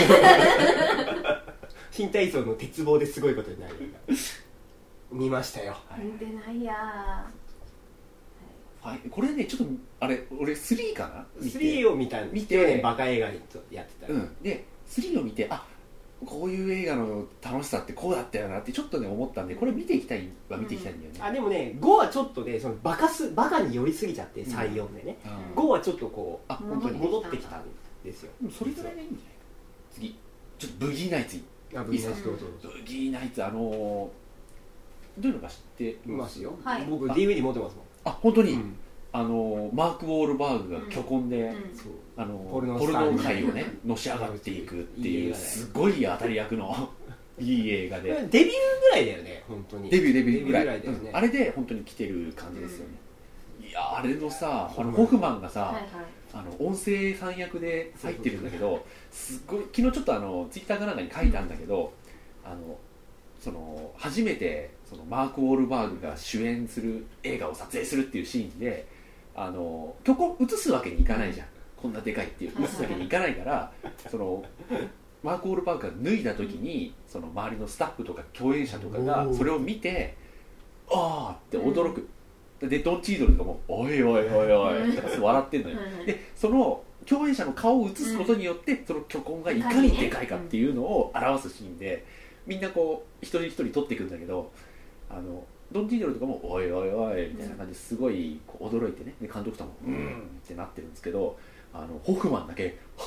新体操の鉄棒ですごいことになる映画見ましたよ。 見てないやー。はい、これねちょっとあれ俺スリーかな。 スリーを見た見て、ね、バカ映画にやってた。 うん。でスリーを見てあこういう映画の楽しさってこうだったよなってちょっとね思ったんでこれ見ていきたいは見ていきたいんだよね。 うん、あでもねごはちょっとねそのバカすバカに寄りすぎちゃってさん、よんでね。うん、ごはちょっとこうあ本当に戻ってきたんですよ。 それぐらいがいいんじゃないか。次ちょっとブギーナイツいい。 あブギーナイツどうぞ。 ブギーナイツあのー。どういうのか知ってますよ、 はい、 僕 ディーブイディー 持ってますもん。 あ本当に、うん、 あのマーク・ウォールバーグが巨根で、うん、あのポルノ界をねのし上がっていくっていうすごい当たり役のいい映画でデビューぐらいだよね本当にデビューデビューぐらい、ぐらいだよね、うん、あれで本当に来てる感じですよね、うん、いやあれのさあのホフマンがさ、はいはい、あの音声さん役で入ってるんだけどすごい昨日ちょっとあのツイッターかなんかに書いたんだけど、うん、あのその初めてそのマーク・ウォールバーグが主演する映画を撮影するっていうシーンであの曲を映すわけにいかないじゃん、こんなでかいっていう映すわけにいかないからそのマーク・ウォールバーグが脱いだ時にその周りのスタッフとか共演者とかがそれを見てあーって驚く、うん、でドン・チードルとかもおいおいおいおいって笑ってんのよでその共演者の顔を映すことによってその巨根がいかにでかいかっていうのを表すシーンでみんなこう一人一人撮っていくんだけどあのドン・チードルとかもおいおいおいみたいな感じですごいこう驚いてねで監督ともうんってなってるんですけどあのホフマンだけ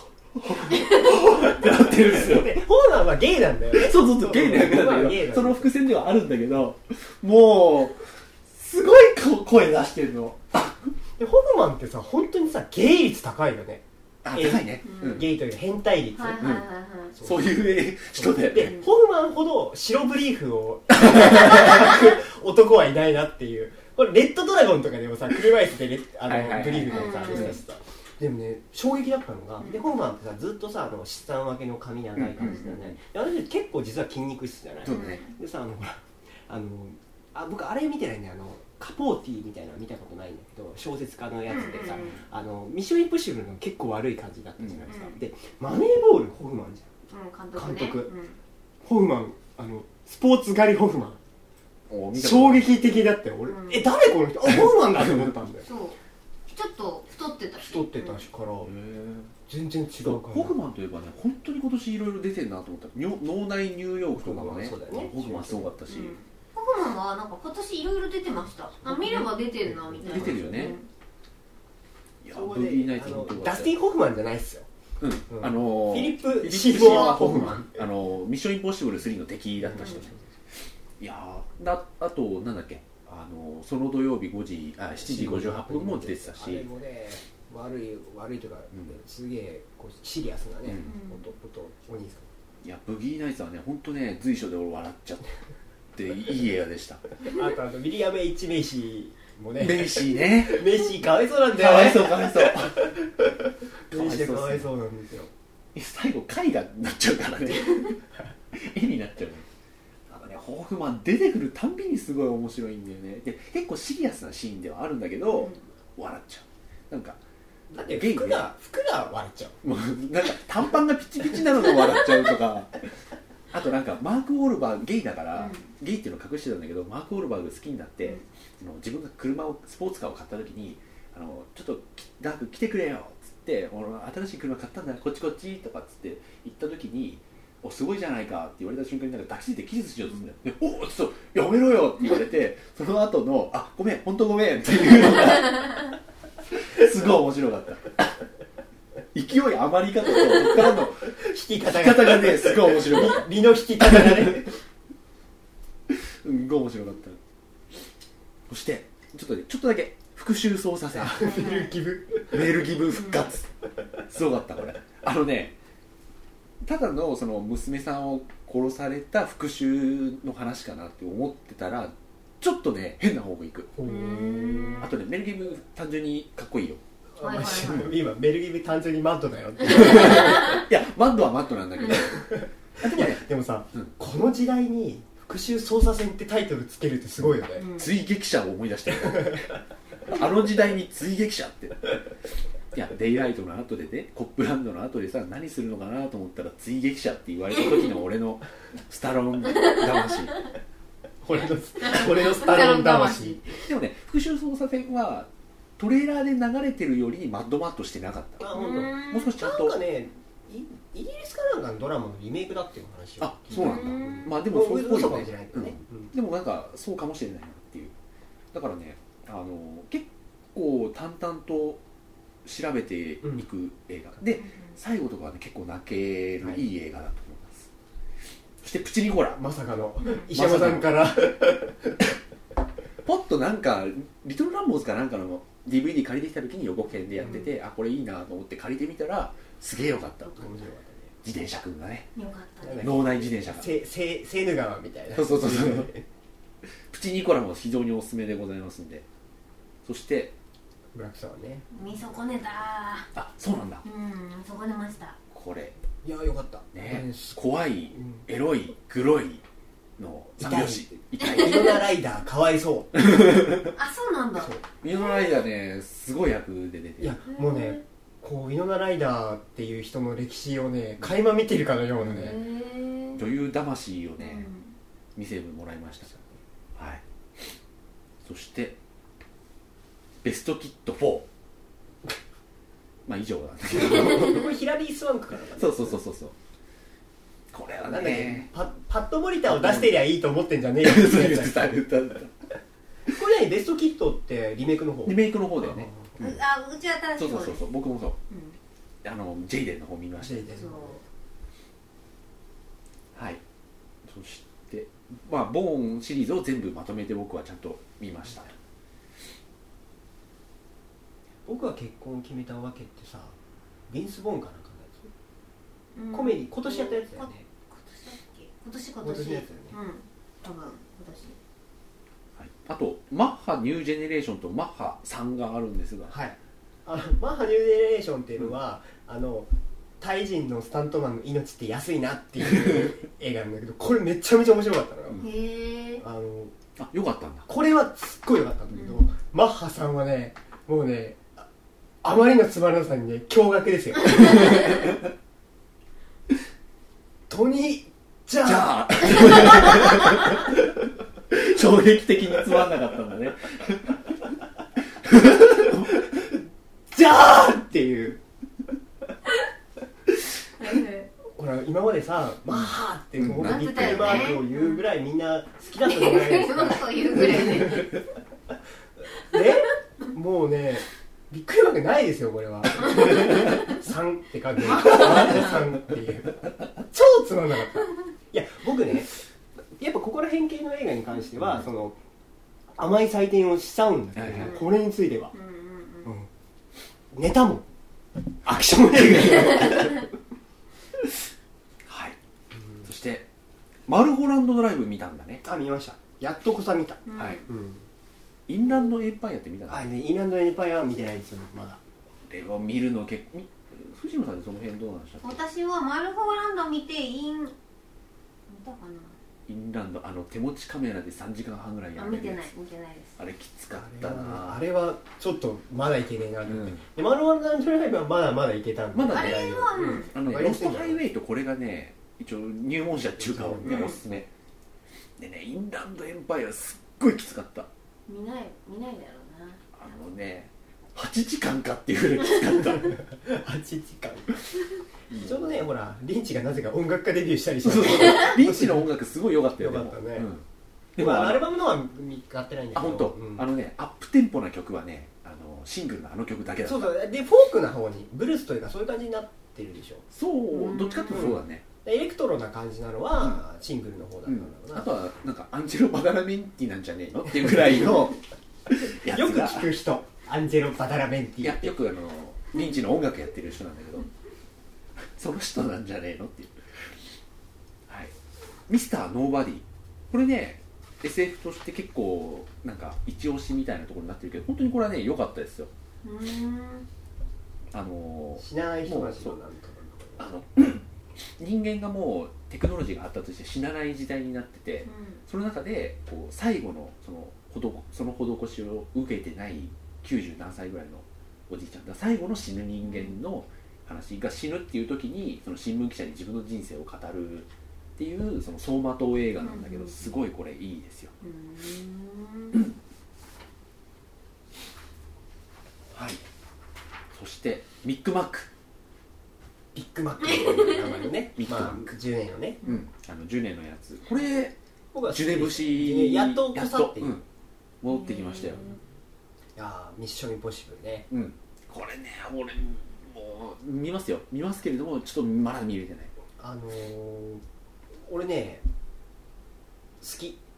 ってなってるんですよホフマンはゲイなんだよねそうそうそうゲイな役なんだけどその伏線ではあるんだけどもうすごい声出してるのでホフマンってさ本当にさゲイ率高いよねあ高いね、 うん、ゲイというか変態率、はいはいはいはい、 そう、そういう人ででホフマンほど白ブリーフを男はいないなっていうこれレッドドラゴンとかでもさ車椅子でレあの、はいはいはい、ブリーフでさ出したしさでもね衝撃だったのが、うん、でホフマンってさずっとさあの七三分けの髪長い感じだね、うんうんうん、私結構実は筋肉質じゃない、 そうね、 でさあのほらあのあ僕あれ見てないんだよあのカポーティーみたいなの見たことないんだけど小説家のやつでさ、うんうん、あのミッションインポッシブルの結構悪い感じだったじゃないですか、うんうん、でマネーボールホフマンじゃん、うん、監督、ね、監督、うん、ホフマンあのスポーツ狩りホフマン衝撃的だって俺、うん、え誰この人あホフマンだと思ったんだよそうちょっと太ってたし太ってたしから全然違うからホフマンといえばね本当に今年いろいろ出てるなと思った脳内ニューヨークとかもねホフマンすごかったし、うんホフマンはなんか今年いろいろ出てました。あ見れば出てるなみたいな。 出てるよね。うん、いやブギーナイトのダスティン・ホフマンじゃないっすよ。 うん。うん、あのー、フィリップ・シーモア・ホフマン。 あのー、ミッション・インポッシブルスリーの敵だった人ね。うん、いやーだあとなんだっけあのー、その土曜日ごじあしちじごじゅうはっぷんも出てたし。あれもね悪い悪いというか、うん、すげえこうシリアスなね、うん、おとおとお兄さん。いやブギーナイツはね本当ね随所で俺笑っちゃって。いい映画でしたあとあとウィリアム・エイチ・メイシーもねメイシーねメイシーかわいそうなんだよねかわいそうかわいそうメイシーかわいそうなんですよ最後絵画になっちゃうからね絵になっちゃうねなんかねホフマン出てくるたんびにすごい面白いんだよねで結構シリアスなシーンではあるんだけど、うん、笑っちゃうなんかだって服が服が笑っちゃうもうなんか短パンがピチピチなのが笑っちゃうとかあとなんかマーク・ウォールバーグゲイだから、うん、ゲイっていうのを隠してたんだけどマーク・ウォールバーグ好きになって、うん、その自分が車をスポーツカーを買った時にあのちょっとダーク来てくれよっつって俺新しい車買ったんだこっちこっちとかっつって行った時におすごいじゃないかって言われた瞬間になんか抱きついてキスしようとするんだよ、うん、でおちょっとやめろよって言われてその後のあごめん本当ごめんっていうのがすごい面白かった勢い余り方とこっからの引き方が引き方がねすごい面白い身の引き方がねすんごい面白かったそしてちょっと、ね、ちょっとだけ復讐捜査線メルギブメルギブ復活すごかったこれあのねただのその娘さんを殺された復讐の話かなって思ってたらちょっとね変な方向行くあとねメルギブ単純にかっこいいよはいはいはい、 今メルギブ単純にマッドだよっていやマッドはマッドなんだけどでもねでもさ、うん、この時代に復讐捜査線ってタイトルつけるってすごいよね、 うん、追撃者を思い出したよあの時代に追撃者っていやデイライトの後でねコップランドの後でさ何するのかなと思ったら追撃者って言われた時の俺のスタローン魂俺の俺のスタローン魂でもね復讐捜査線はトレーラーで流れてるよりマッドマットしてなかった。あ、本当。もう少しちゃんと。 なんかね、イギリスかなんかのドラマのリメイクだっていう話を。 あ、そうなんだ。まあでもそうっぽいよね。でもなんかそうかもしれないなっていう。だからね、あの結構淡々と調べていく映画、うん、で最後とかはね結構泣けるいい映画だと思います。はい、そしてプチニコラ、 まさかの石山さんから。 ポッとなんかリトルランボーズかなんかの ディーブイディー 借りてきた時に予告編でやってて、うん、あこれいいなと思って借りてみたらすげえよかった。面白かったね。自転車くんがね、 よかったね。 脳内自転車がセセセーヌ川みたいな。 そうそうそうそうプチニコラも非常におすすめでございますんで。そしてブラックサワーね、 見損ねた。 あ、そうなんだ。 うん、損ねました。 これいやよかったね、怖い、エロい、グロいの三拍子。 痛い。イノナライダーかわいそうあ、そうなんだ。 イノナライダーね、すごい役で出てる。 いやもうね、こうイノナライダーっていう人の歴史をね垣間見てるかのようなね、 女優魂をね、うん、見せてもらいました。はい。そしてベストキッドフォーまあ以上なんだけどこれヒラリー・スワンクからだね。 そうそうそうそうそう。これはね、 パ, パッドモニターを出してりゃいいと思ってんじゃねえよ言ってた言ってた。これ何ベストキッドってリメイクの方？ リメイクの方だよね。 うん、あ、うちは新しい方です。 そうそうそうそう、僕もそう、うん、あのジェイデンの方見ました。ジェイデンの方。はい。そしてまあボーンシリーズを全部まとめて僕はちゃんと見ました。 僕は結婚を決めたわけってさ、ビンス・ボーンかなんかのやつ、うん、コメディ今年やったやつだよね。 今年だっけ？今年今年。今年のやつだよね。うん。多分今年。 はい。あとマッハニュージェネレーションとマッハさんがあるんですが、 はい。あのマッハニュージェネレーションっていうのは、うん、あのタイ人のスタントマンの命って安いなっていう映画なんだけど、これめちゃめちゃ面白かったのよ。 へえ。 あのあ、よかったんだ。 これはすっごいよかったんだけど、うん、マッハさんはね、もうね。あまりのつまらなさにね、驚愕ですよ。トニー、じゃあ衝撃的につまんなかったんだね。 じゃあっていう。ほら今までさ、まあってこうビックリマークを言うぐらいみんな好きだったじゃないですか。 そういうぐらいね。 で、もうね。びっくりマークないですよこれはさんって書くさんっていう超つまんなかった。いや僕ねやっぱここら辺系の映画に関しては、うん、その甘い採点をしちゃうんだけど、うん、これについては、うんうんうん、ネタもアクション映画はい、うん、そしてマルホランドドライブ見たんだね。 あ、見ました。やっとこさ見た、 うん、はい、うん。インランドエンパイアって見たの？ あ、ね、インランドエンパイアは見てないですよまだ。 これを見るの結構、藤野さんでその辺どうなんでしたっけ？ 私はマルホランド見てイン見たかな。 インランドあの手持ちカメラでさんじかんはんぐらいやるやつ。 あ、見てない見てないです。 あれきつかったな。 あれはちょっとまだいけねえなって、うん、でマルホランドドライブはまだまだいけたんで、 まだね、あれは、うん、 あのね、ロストハイウェイとこれがね一応入門者っていうか、ね、おすすめでね。インランドエンパイアすっごいきつかった。 見ない見ないだろうな。 あのねはちじかんかっていうぐらいきつかったはちじかんちょうどね、ほらリンチがなぜか音楽家デビューしたりしてリンチの音楽すごい良かったよね。 良かったね、うん、でも、まあ、アルバムのは見つかってないんだけど、 あ、本当、うん、あのねアップテンポな曲はね、あのシングルのあの曲だけだった。 そうそうでフォークな方にブルースというかそういう感じになってるでしょ。 そうどっちかっていうとそうだね、 エレクトロな感じなのはシングルの方だったんだろうな、 うん、あとはなんかアンジェロ・バダラメンティなんじゃねえのっていうぐらいのやつがよく聞く人、アンジェロ・バダラメンティ。 いやよくあのリンチの音楽やってる人なんだけどその人なんじゃねえのっていう、はい、ミスター・ノーバディ。これね エスエフ として結構なんか一押しみたいなところになってるけど、本当にこれはね良かったですよ。うーん、あの死なない人たちのなんとかあの人間がもうテクノロジーが発達して死なない時代になってて、うん、その中でこう最後のそのその施しを受けてないきゅうじゅうなんさいぐらいのおじいちゃんだ、最後の死ぬ人間の話が死ぬっていう時にその新聞記者に自分の人生を語るっていうその走馬灯映画なんだけど、すごいこれいいですよ。うん、はい。そしてビッグマック。 ビッグマックの名前のねビッグマック、 まあ、じゅうねんのね、 うん、あのじゅうねんのやつ。これジュネ節やっとこさっていう、うん、 戻ってきましたよ。 いやミッションインポッシブルね、 うん、これね俺もう見ますよ見ますけれどもちょっとまだ見れてない。 あのー、俺ね好き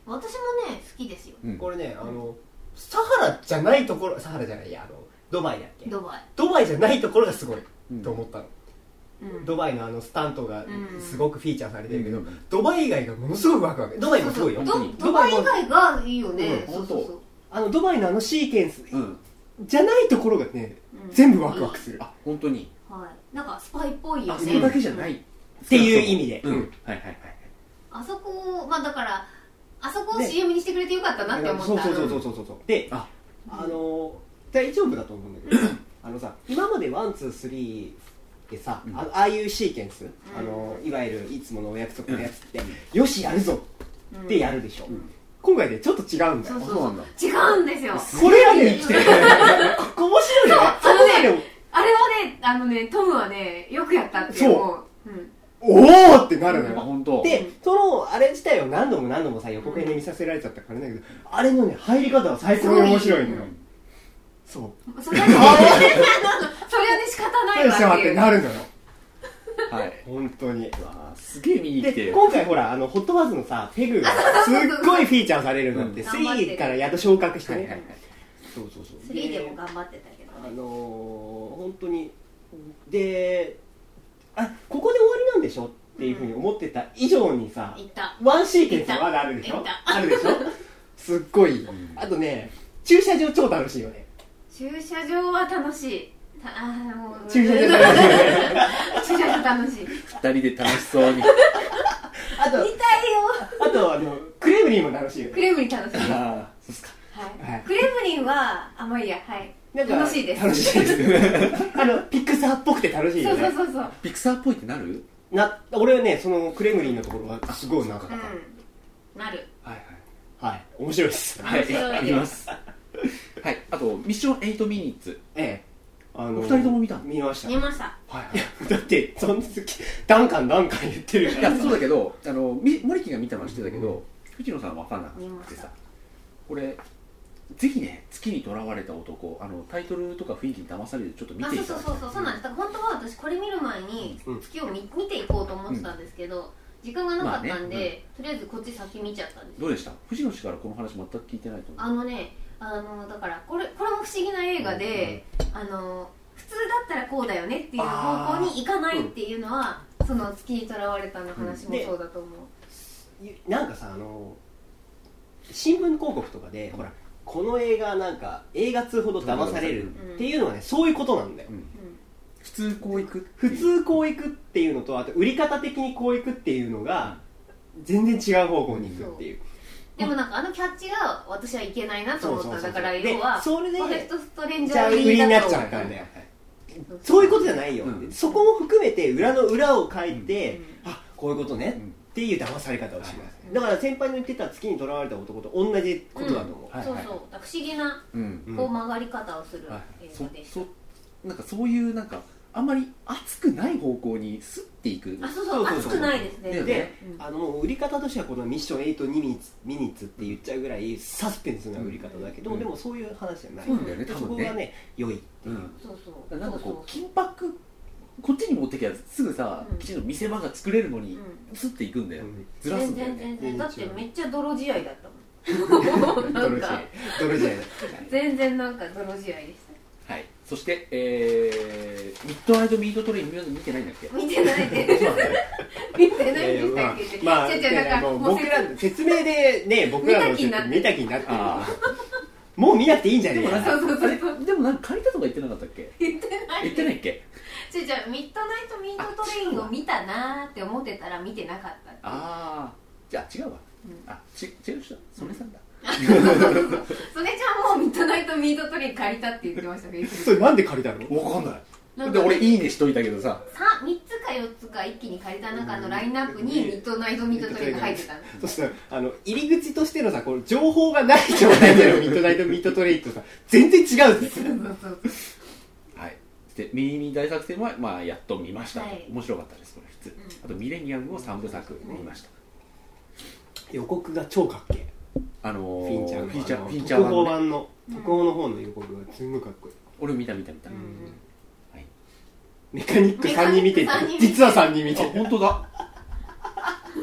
私もね好きですよ、 うん、これねあのサハラじゃないところサハラじゃないやあのドバイだっけドバイドバイじゃないところがすごい、うん、と思ったの、 うん、 ドバイのあのスタントがすごくフィーチャーされてるけど、 うん、 ドバイ以外がものすごくワクワクドバイもすごいよド, ドバイ以外がいいよね、 うん、 そうそうそうあのドバイのあのシーケンス、うん、じゃないところがね、うん、全部ワクワクする、 あ本当に、 はい、なんかスパイっぽいよね、 そこだけじゃない、うん、 っていう意味で、 うん、はいはいはい、 あそこまあだからあそこを シーエム にしてくれてよかったなって思った。 そうそうそうそうそうそうで、あ、あの大丈夫だと思うんだけどあのさ今までワンツースリーでさ、うん、あ, ああいうシーケンス、うん、あのいわゆるいつものお約束のやつって、うん、よしやるぞってやるでしょ、うん、今回でちょっと違うんだよ。 そうそうそう違うんですよ。 これがね来て面白いね。 そうあのねあれはねあのねトムはねよくやったって思う。そう、うんおーってなるのよ、 本当で、そのあれ自体を何度も何度もさ予告編で見させられちゃったからだけど、あれのね入り方は最高に面白いのよ。そうそれはねそれはね仕方ないわっていうなるのよ。 はい本当にすげえ見に来てで今回ほらあのホットバズのさペグがすっごいフィーチャーされるようになってスリーからやっと昇格してね。そうそうそうスリーでも頑張ってたけどあの本当にであここで終わりなんでしょっていうふうに思ってた以上にさ、うん、ワンシーケンスはまだあるでしょあるでしょすっごい、うん、あとね駐車場超楽しいよね。 駐車場は楽しいあもう駐車場楽しい駐車場楽しいふたりで楽しそうにあと見たいよあとあのクレムリンも楽しいよね。 クレムリン楽しいあそうですか、 はいはい、クレムリンはあまあいいやはい楽しいです楽しいですあのピクサーっぽくて楽しいよね。 そうそうそうそうピクサーっぽいってなるな俺はねそのクレムリンのところはすごいなかった、うん、 なるはいはいはい面白いですはいありますはいあとミッションエイトミニッツええあのー、 お二人とも見た見ました見ましたはい、はい、だってそんなダンカンダンカン言ってるいやそうだけどあの森木が見たのは知ってたけど、うん、藤野さんは分かんなくてさこれぜひね月にとらわれた男あのタイトルとか雰囲気に騙されるちょっと見ていただきたい。 そうそうそうそうなんです。だから本当は私これ見る前に月を 見,、うん、見ていこうと思ってたんですけど、うん、時間がなかったんで、まあねうん、とりあえずこっち先見ちゃったんです。 どうでした？藤野氏からこの話全く聞いてないと思う。 あのねあのだからこれこれも不思議な映画で、うん、あの普通だったらこうだよねっていう方向に行かないっていうのは、うん、その月にとらわれたの話もそうだと思う、 うん、なんかさあの新聞広告とかで、うん、ほらこの映画なんか映画通ほど騙されるっていうのはね、うん、そういうことなんだよ、うん、 普通こういく普通こういくっていうのとあと売り方的にこういくっていうのが全然違う方向に行くっていう、 うん、でもなんかあのキャッチが私はいけないなと思った。だから要はそれでフォレストストレンジャー売りになっちゃったんだよ。そういうことじゃないよ、うん、そこも含めて裏の裏を書いて、うん、あこういうことね、うんっていう騙され方をします、うん、だから先輩の言ってた月にとらわれた男と同じことだと思う、 うん、そうそう不思議な、うん、こう曲がり方をする映画でした、 はい、そなんかそういうなんかあんまり熱くない方向にスッていく。 あそうそう熱くないですね。 で、ねうん、あの売り方としてはこのミッションエイトミニッツミニッツって言っちゃうぐらいサスペンスな売り方だけど、うん、でもそういう話じゃない、 そうだよね、多分ね、 そこがね良いっていう、うん、 そうそうなんかこう緊迫こっちに持ってきゃすぐさ、うん、きちんと見せ場が作れるのに、うん、スッていくんだよ、うん、ずらすんだよね。 全然全然だってめっちゃ泥試合だったもん泥試合泥試合だ全然なんか泥試合でした。 はい。そして、えー、ミッドナイトミートトレイン皆さん見てないんだっけ？ 見てないで見てないでしたっけ？ まあ、まあ、僕ら説明でね僕らの見た気になってるもう見なくていいんじゃないかな。 そうそうそうでもなんか借りたとか言ってなかったっけ？ 言ってない言ってないっけ？ じゃじゃミッドナイトミートトレインを見たなーって思ってたら見てなかったって。 ああじゃあ違うわ、うん、あち違う人曽根さんだ。 曽根ちゃんもミッドナイトミートトレイン借りたって言ってましたけどそれなんで借りたの？ 分かんない。で俺いいねしといたけどさみっつかよっつか一気に借りた中のラインナップにミッドナイトミートトレインが入ってたの。 そしたらあの入り口としてのさこの情報がない状態でのミッドナイトミートトレインとさ全然違うんですよ。 はい。でミニミニ大作戦はまあやっと見ました、はい、面白かったですこれ普通、うん、あとミレニアムをさんぶさく見ました、 うん、予告が超かっけえ。 あのー、 フィンチャーフィンチャーフィンチャー特報版の特報の方の予告がすごいかっこいい。 俺見た見た見た、うんはい、メカニックさんにん見て実はさんにん見て本当だ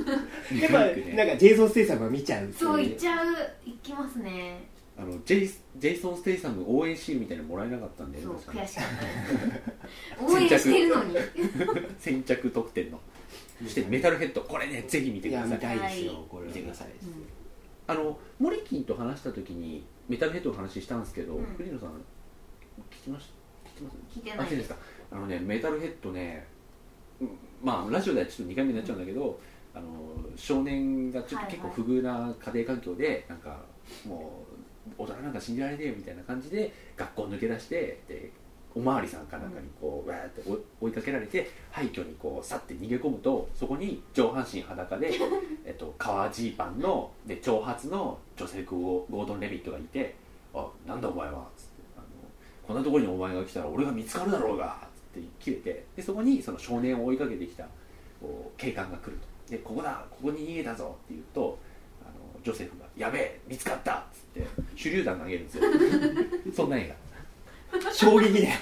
やっぱなんかジェイソン・ステイサムは見ちゃう、ね、 そういっちゃう、いきますね。 あのジェイ、ジェイソン・ステイサム応援シールみたいなのもらえなかったんで、 そう悔しかった応援してるのに先着特典の。そしてメタルヘッド、これねぜひ見てください。 いや見たいですよ、これ見てください、 うん、 あのモリキンと話した時にメタルヘッドの話したんですけど、栗、うん、野さん聞きました聞きます聞いてないですか。 あのねメタルヘッドね、まあラジオではちょっとにかいめになっちゃうんだけど、うん、あの少年がちょっと結構不遇な家庭環境で、はいはい、なんかもう大人なんか信じられねえよみたいな感じで学校抜け出して、でおまわりさんかなんかにこうわーって追いかけられて廃墟にこう去って逃げ込むと、そこに上半身裸でえっと革ジーパンので長髪の女性ゴードン・レビットがいて、あなんだお前はつって、あのこんなところにお前が来たら俺が見つかるだろうがつって切れて、でそこにその少年を追いかけてきたこう警官が来ると、でここだここに逃げたぞって言うと、あのジョセフがやべえ見つかったっつって手榴弾投げるんですよそんな映画衝撃だよ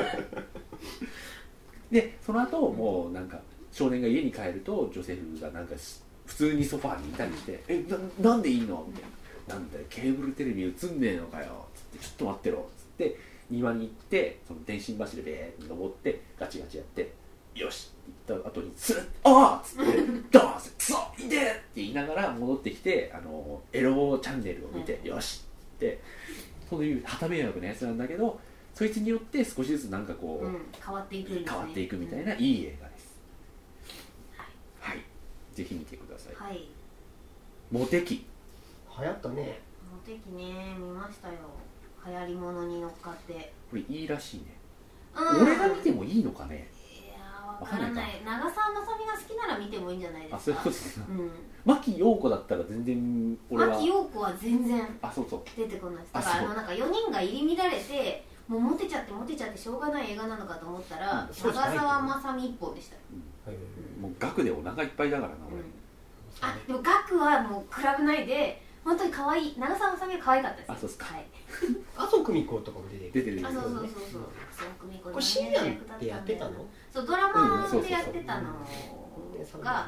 でその後もうなんか少年が家に帰るとジョセフがなんか普通にソファーにいたりして「え な, なんでいいの?」みたいな「なんだよケーブルテレビ映んねえのかよ」つって「ちょっと待ってろ」つって庭に行ってその電信柱でベーって登ってガチガチやって「よし」って言った後にスルッ「ああ!」っつって「ドーン!」って「クソいて!」って言いながら戻ってきてあのエロチャンネルを見て「よし!」ってそういう旗迷惑なやつなんだけど、そいつによって少しずつなんかこう、 うん、変わっていくんですね、 変わっていくみたいな、うん、いい映画です、はい、はい、ぜひ見てください。 はい。 モテ期流行ったね。 モテ期ね見ましたよ。流行り物に乗っかってこれいいらしいね、 うん、 俺が見てもいいのかね。 いやわからない。長澤まさみが好きなら見てもいいんじゃないですか。 あ、そういうことですか、 うん、 牧陽子だったら全然俺は牧陽子は全然あそうそう出てこないです。だからあのなんかよにんが入り乱れてもうモテちゃってモテちゃってしょうがない映画なのかと思ったら、うん、長澤まさみ一本でした、 うんうん、もう額でお腹いっぱいだからな俺、うん、 あでも額はもう比べないで本当に可愛い。長澤まさみは可愛かったです。 あそうですか、 はい、 麻生久美子とかも出て出てる。 あそうそうそうそう麻生久美子これ深夜でやってたの？ そうドラマでやってたのがそうそうそう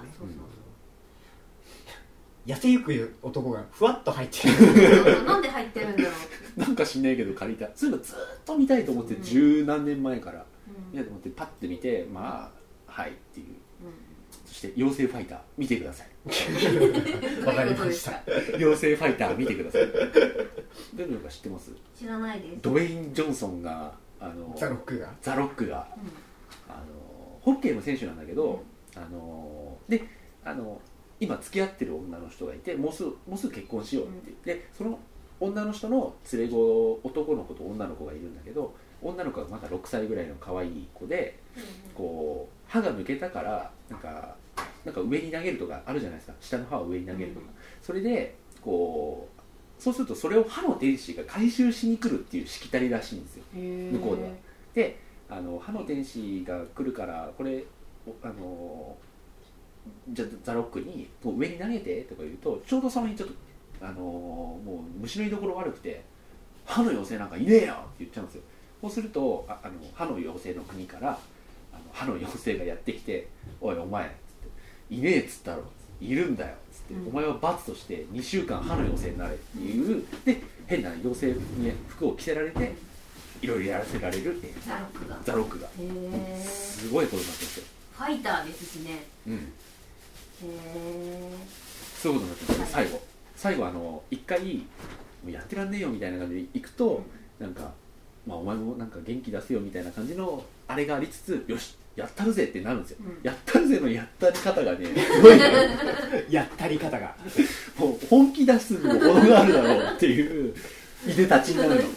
痩せゆく男がふわっと入ってるなんで入ってるんだろうなんかしないけど借りた。そういうのずっと見たいと思って十何年前から、うん、いやと思ってパッて見てまあはいっていう、うん、そして妖精ファイター見てくださいわかりました妖精ファイター見てくださいどういうのか知ってます？ 知らないです。 ドウェイン・ジョンソンがあのザロックがザロックが、うん、あのホッケーの選手なんだけど、うん、あのであの今付き合ってる女の人がいてもうすぐもうすぐ結婚しようって言って、その女の人の連れ子男の子と女の子がいるんだけど、女の子がまだろくさいぐらいの可愛い子で、こう歯が抜けたからなんかなんか上に投げるとかあるじゃないですか、下の歯を上に投げるとか、それでこうそうするとそれを歯の天使が回収しに来るっていうしきたりらしいんですよ向こうでは。であの歯の天使が来るからこれあのじゃあザロックにもう上に投げてとか言うと、ちょうどその日ちょっとあのー、もう虫の居所悪くて歯の妖精なんかいねえよって言っちゃうんですよ。そうすると あ, あの歯の妖精の国からあの歯の妖精がやってきて「おいお前」っつって「いねえっつったろ」いるんだよ」っつって、うん「お前は罰としてにしゅうかん歯の妖精になれ」っていうで変な妖精に服を着せられていろいろやらせられるザロックがザロックがへすごいことになってますよ。 ファイターですしね。 うん。 へえ。 そういうことになってますね。最後最後あの一回もうやってらんねえよみたいな感じで行くと、うん、なんかまあお前もなんか元気出せよみたいな感じのあれがありつつ、よしやったるぜってなるんですよ、うん、やったるぜのやったり方がねすごいやったり方がもう本気出すにも程があるだろうっていういでたちになるの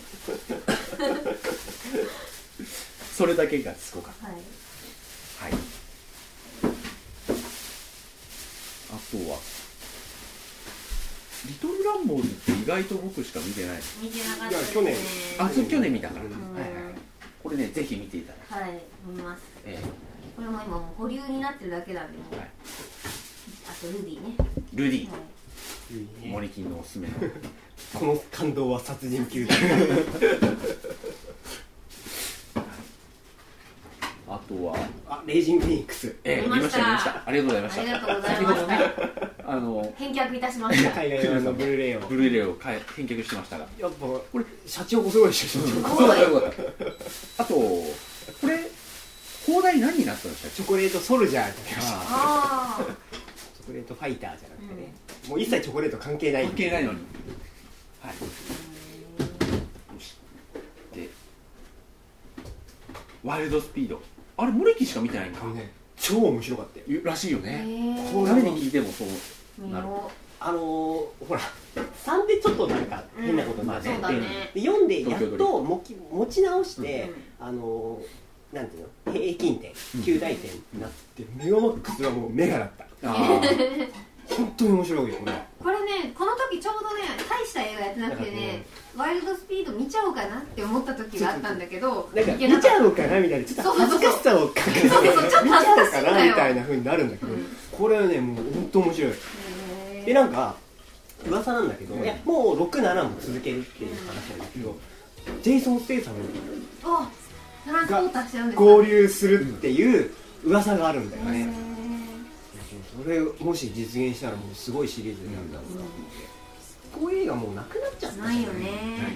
それだけがすごかった。はい、はい、あとはリトルランボーズって意外と僕しか見てない。 見てなかったですね。 去年あ、そう去年見たから、はいはいはい、これねぜひ見ていただいて。 はい、見ます、 えー、 これも今もう保留になってるだけなんで、はい、あとルディねルディ、 はい、 森金のおすすめのこの感動は殺人級だあとはあレイジングフェニックス、 えー、見ました見ました。ありがとうございました。 ありがとうございました。 先ほどねああの返却いたしました。 海外用のブルーレイをブルーレイを返却してましたが、 やっぱこれ社長もすごいでしょ。社長そうだよかった。あとこれ放題何になったんですか？ チョコレートソルジャーじゃないですか。 ああ。 チョコレートファイターじゃなくてね、うん、もう一切チョコレート関係ない関係ないのに、はい。でワイルドスピード、あれモレキしか見てないんか、 ね、超面白かったよらしいよね。 こう誰に聞いてもそうなる。 あのー、ほらさんでちょっとなんか変なことになって、うん、 ね、 でよんでやっと持ち持ち直して、うん、あのー、なんていうの平均点きゅう大点になって、うん、メガマックスはもうメガだった。あ本当に面白いよこれ。 これね、この時ちょうどね大した映画やってなくてね、ワイルドスピード見ちゃおうかなって思った時があったんだけど、 なんか見ちゃおうかなみたいな、ちょっと恥ずかしさをかけて見ちゃおうかなみたいな風になるんだけど、これはねもう本当面白い。でなんか噂なんだけど、いやもうろくななも続けるっていう話なんだけど、ジェイソン・ステイサムが合流するっていう噂があるんだよね。それもし実現したらもうすごいシリーズになるんだろうなと思って、こういう映画もうなくなっちゃったないよね。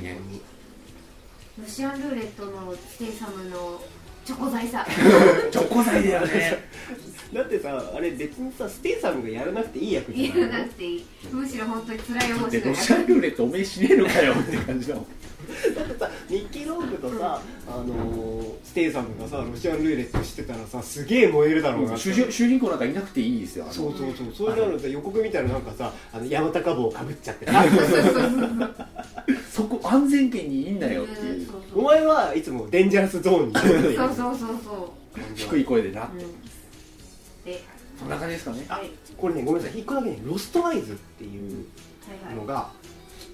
ロシアンルーレットのステイサムのチョコ材さチョコ材だよねだってさ、あれ別にさステイサムがやらなくていい役じゃないの？ やらなくていい、むしろ本当に辛い面白い。 ロシアンルーレットおめえ死ねるかよって感じだもんだってさ、ミッキー・ロークとさ、うん、あのー、ステイサムがさロシアンルーレットしてたらさすげえ燃えるだろうな。 主人公なんかいなくていいですよ。 そうそうそう、それなのにさ予告見たらなんかさあの山高帽をかぶっちゃってそこ安全圏にいんなよっていう、 そうそう、 お前はいつもデンジャラスゾーンにいるそうそうそうそう低い声でなって、うん、 でそんな感じですかね。 あ、これねごめんなさい、一個だけねロストアイズっていうのが、はいはい、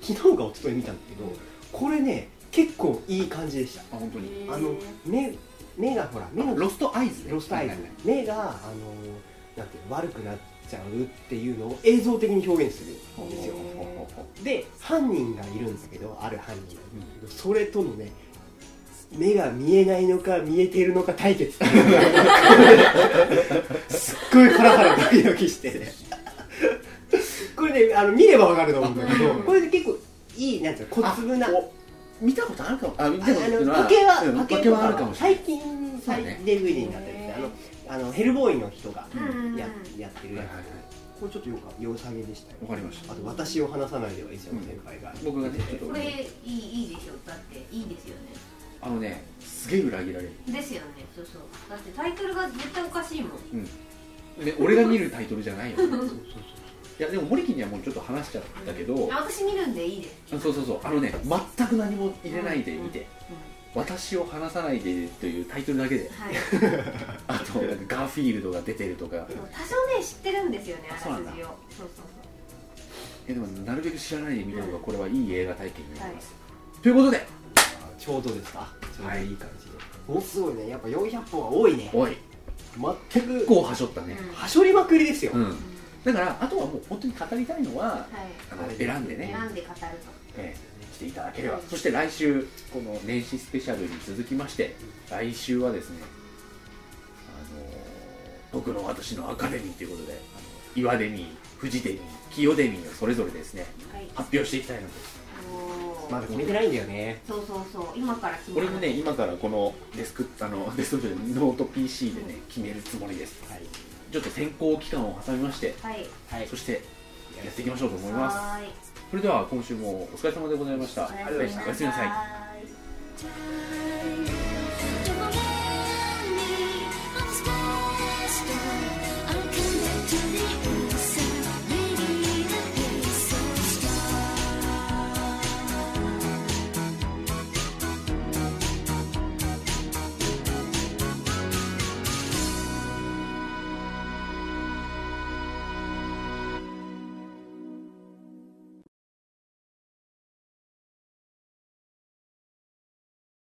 昨日か一昨日見たんだけど、これね結構いい感じでした。あ、 本当に。 あの目目がほら目のロストアイズね。 ロストアイズ、はいはい、目があのなんていうの悪くなっちゃうっていうのを映像的に表現するんですよ。で犯人がいるんだけど、ある犯人がいるんだけど、それとのね目が見えないのか見えているのか対決っていうのがすっごいハラハラドキドキしてねこれねあの見ればわかると思うんだけど、これで結構いいなんていうの小粒な。 見たことあるかも。あ、見たことあるのはパケは、 うん、 パケはあるかもしれない。 最近再 ディーブイディー になってるんで、あのあのヘルボーイの人がや、やってるやつ。これちょっとよか良さげでしたよ。 わかりました。 あと私を話さないではいつも先輩が、 僕がねちょっとこれいいいいでしょ。だっていいですよね。 あのねすげえ裏切られる。 ですよね。そうそう。だってタイトルが絶対おかしいもん。 うん。で俺が見るタイトルじゃないよね。そうそうそう。いやでも森木にはもうちょっと話しちゃったけど、うん、 私見るんでいいです。 そうそうそう、あのね全く何も入れないで見て、うんうん、私を話さないでというタイトルだけで、はい、あとなんかガーフィールドが出てるとか、 多少ね知ってるんですよね、あらすじを。そうそうそう。 えでもなるべく知らないで見た方がこれはいい映画体験になります、はい、ということでちょうどですか、ちょうどいい感じで、もうすごいね、やっぱよんひゃっぽんは多いね。多い、全く結構はしょったね、 はしょりまくりですよ、うん、 だからあとはもう本当に語りたいのは、はい、あの選んでね、 選んで語ると、 えー、していただければ、はい、そして来週この年始スペシャルに続きまして、うん、来週はですね、あのー、僕の私のアカデミーということで、あの岩デミー、フジデミー、清デミーをそれぞれですね、はい、発表していきたいのです。 まだ決めてないんだよね。 そうそうそう、今から決める。 これもね、今からこのデスクあのデスクノート ピーシー でね、うん、決めるつもりです。はい、ちょっと選考期間を挟みまして、はい、はい、そしてやっていきましょうと思います。はい、それでは今週もお疲れ様でございました。おやすみなさい。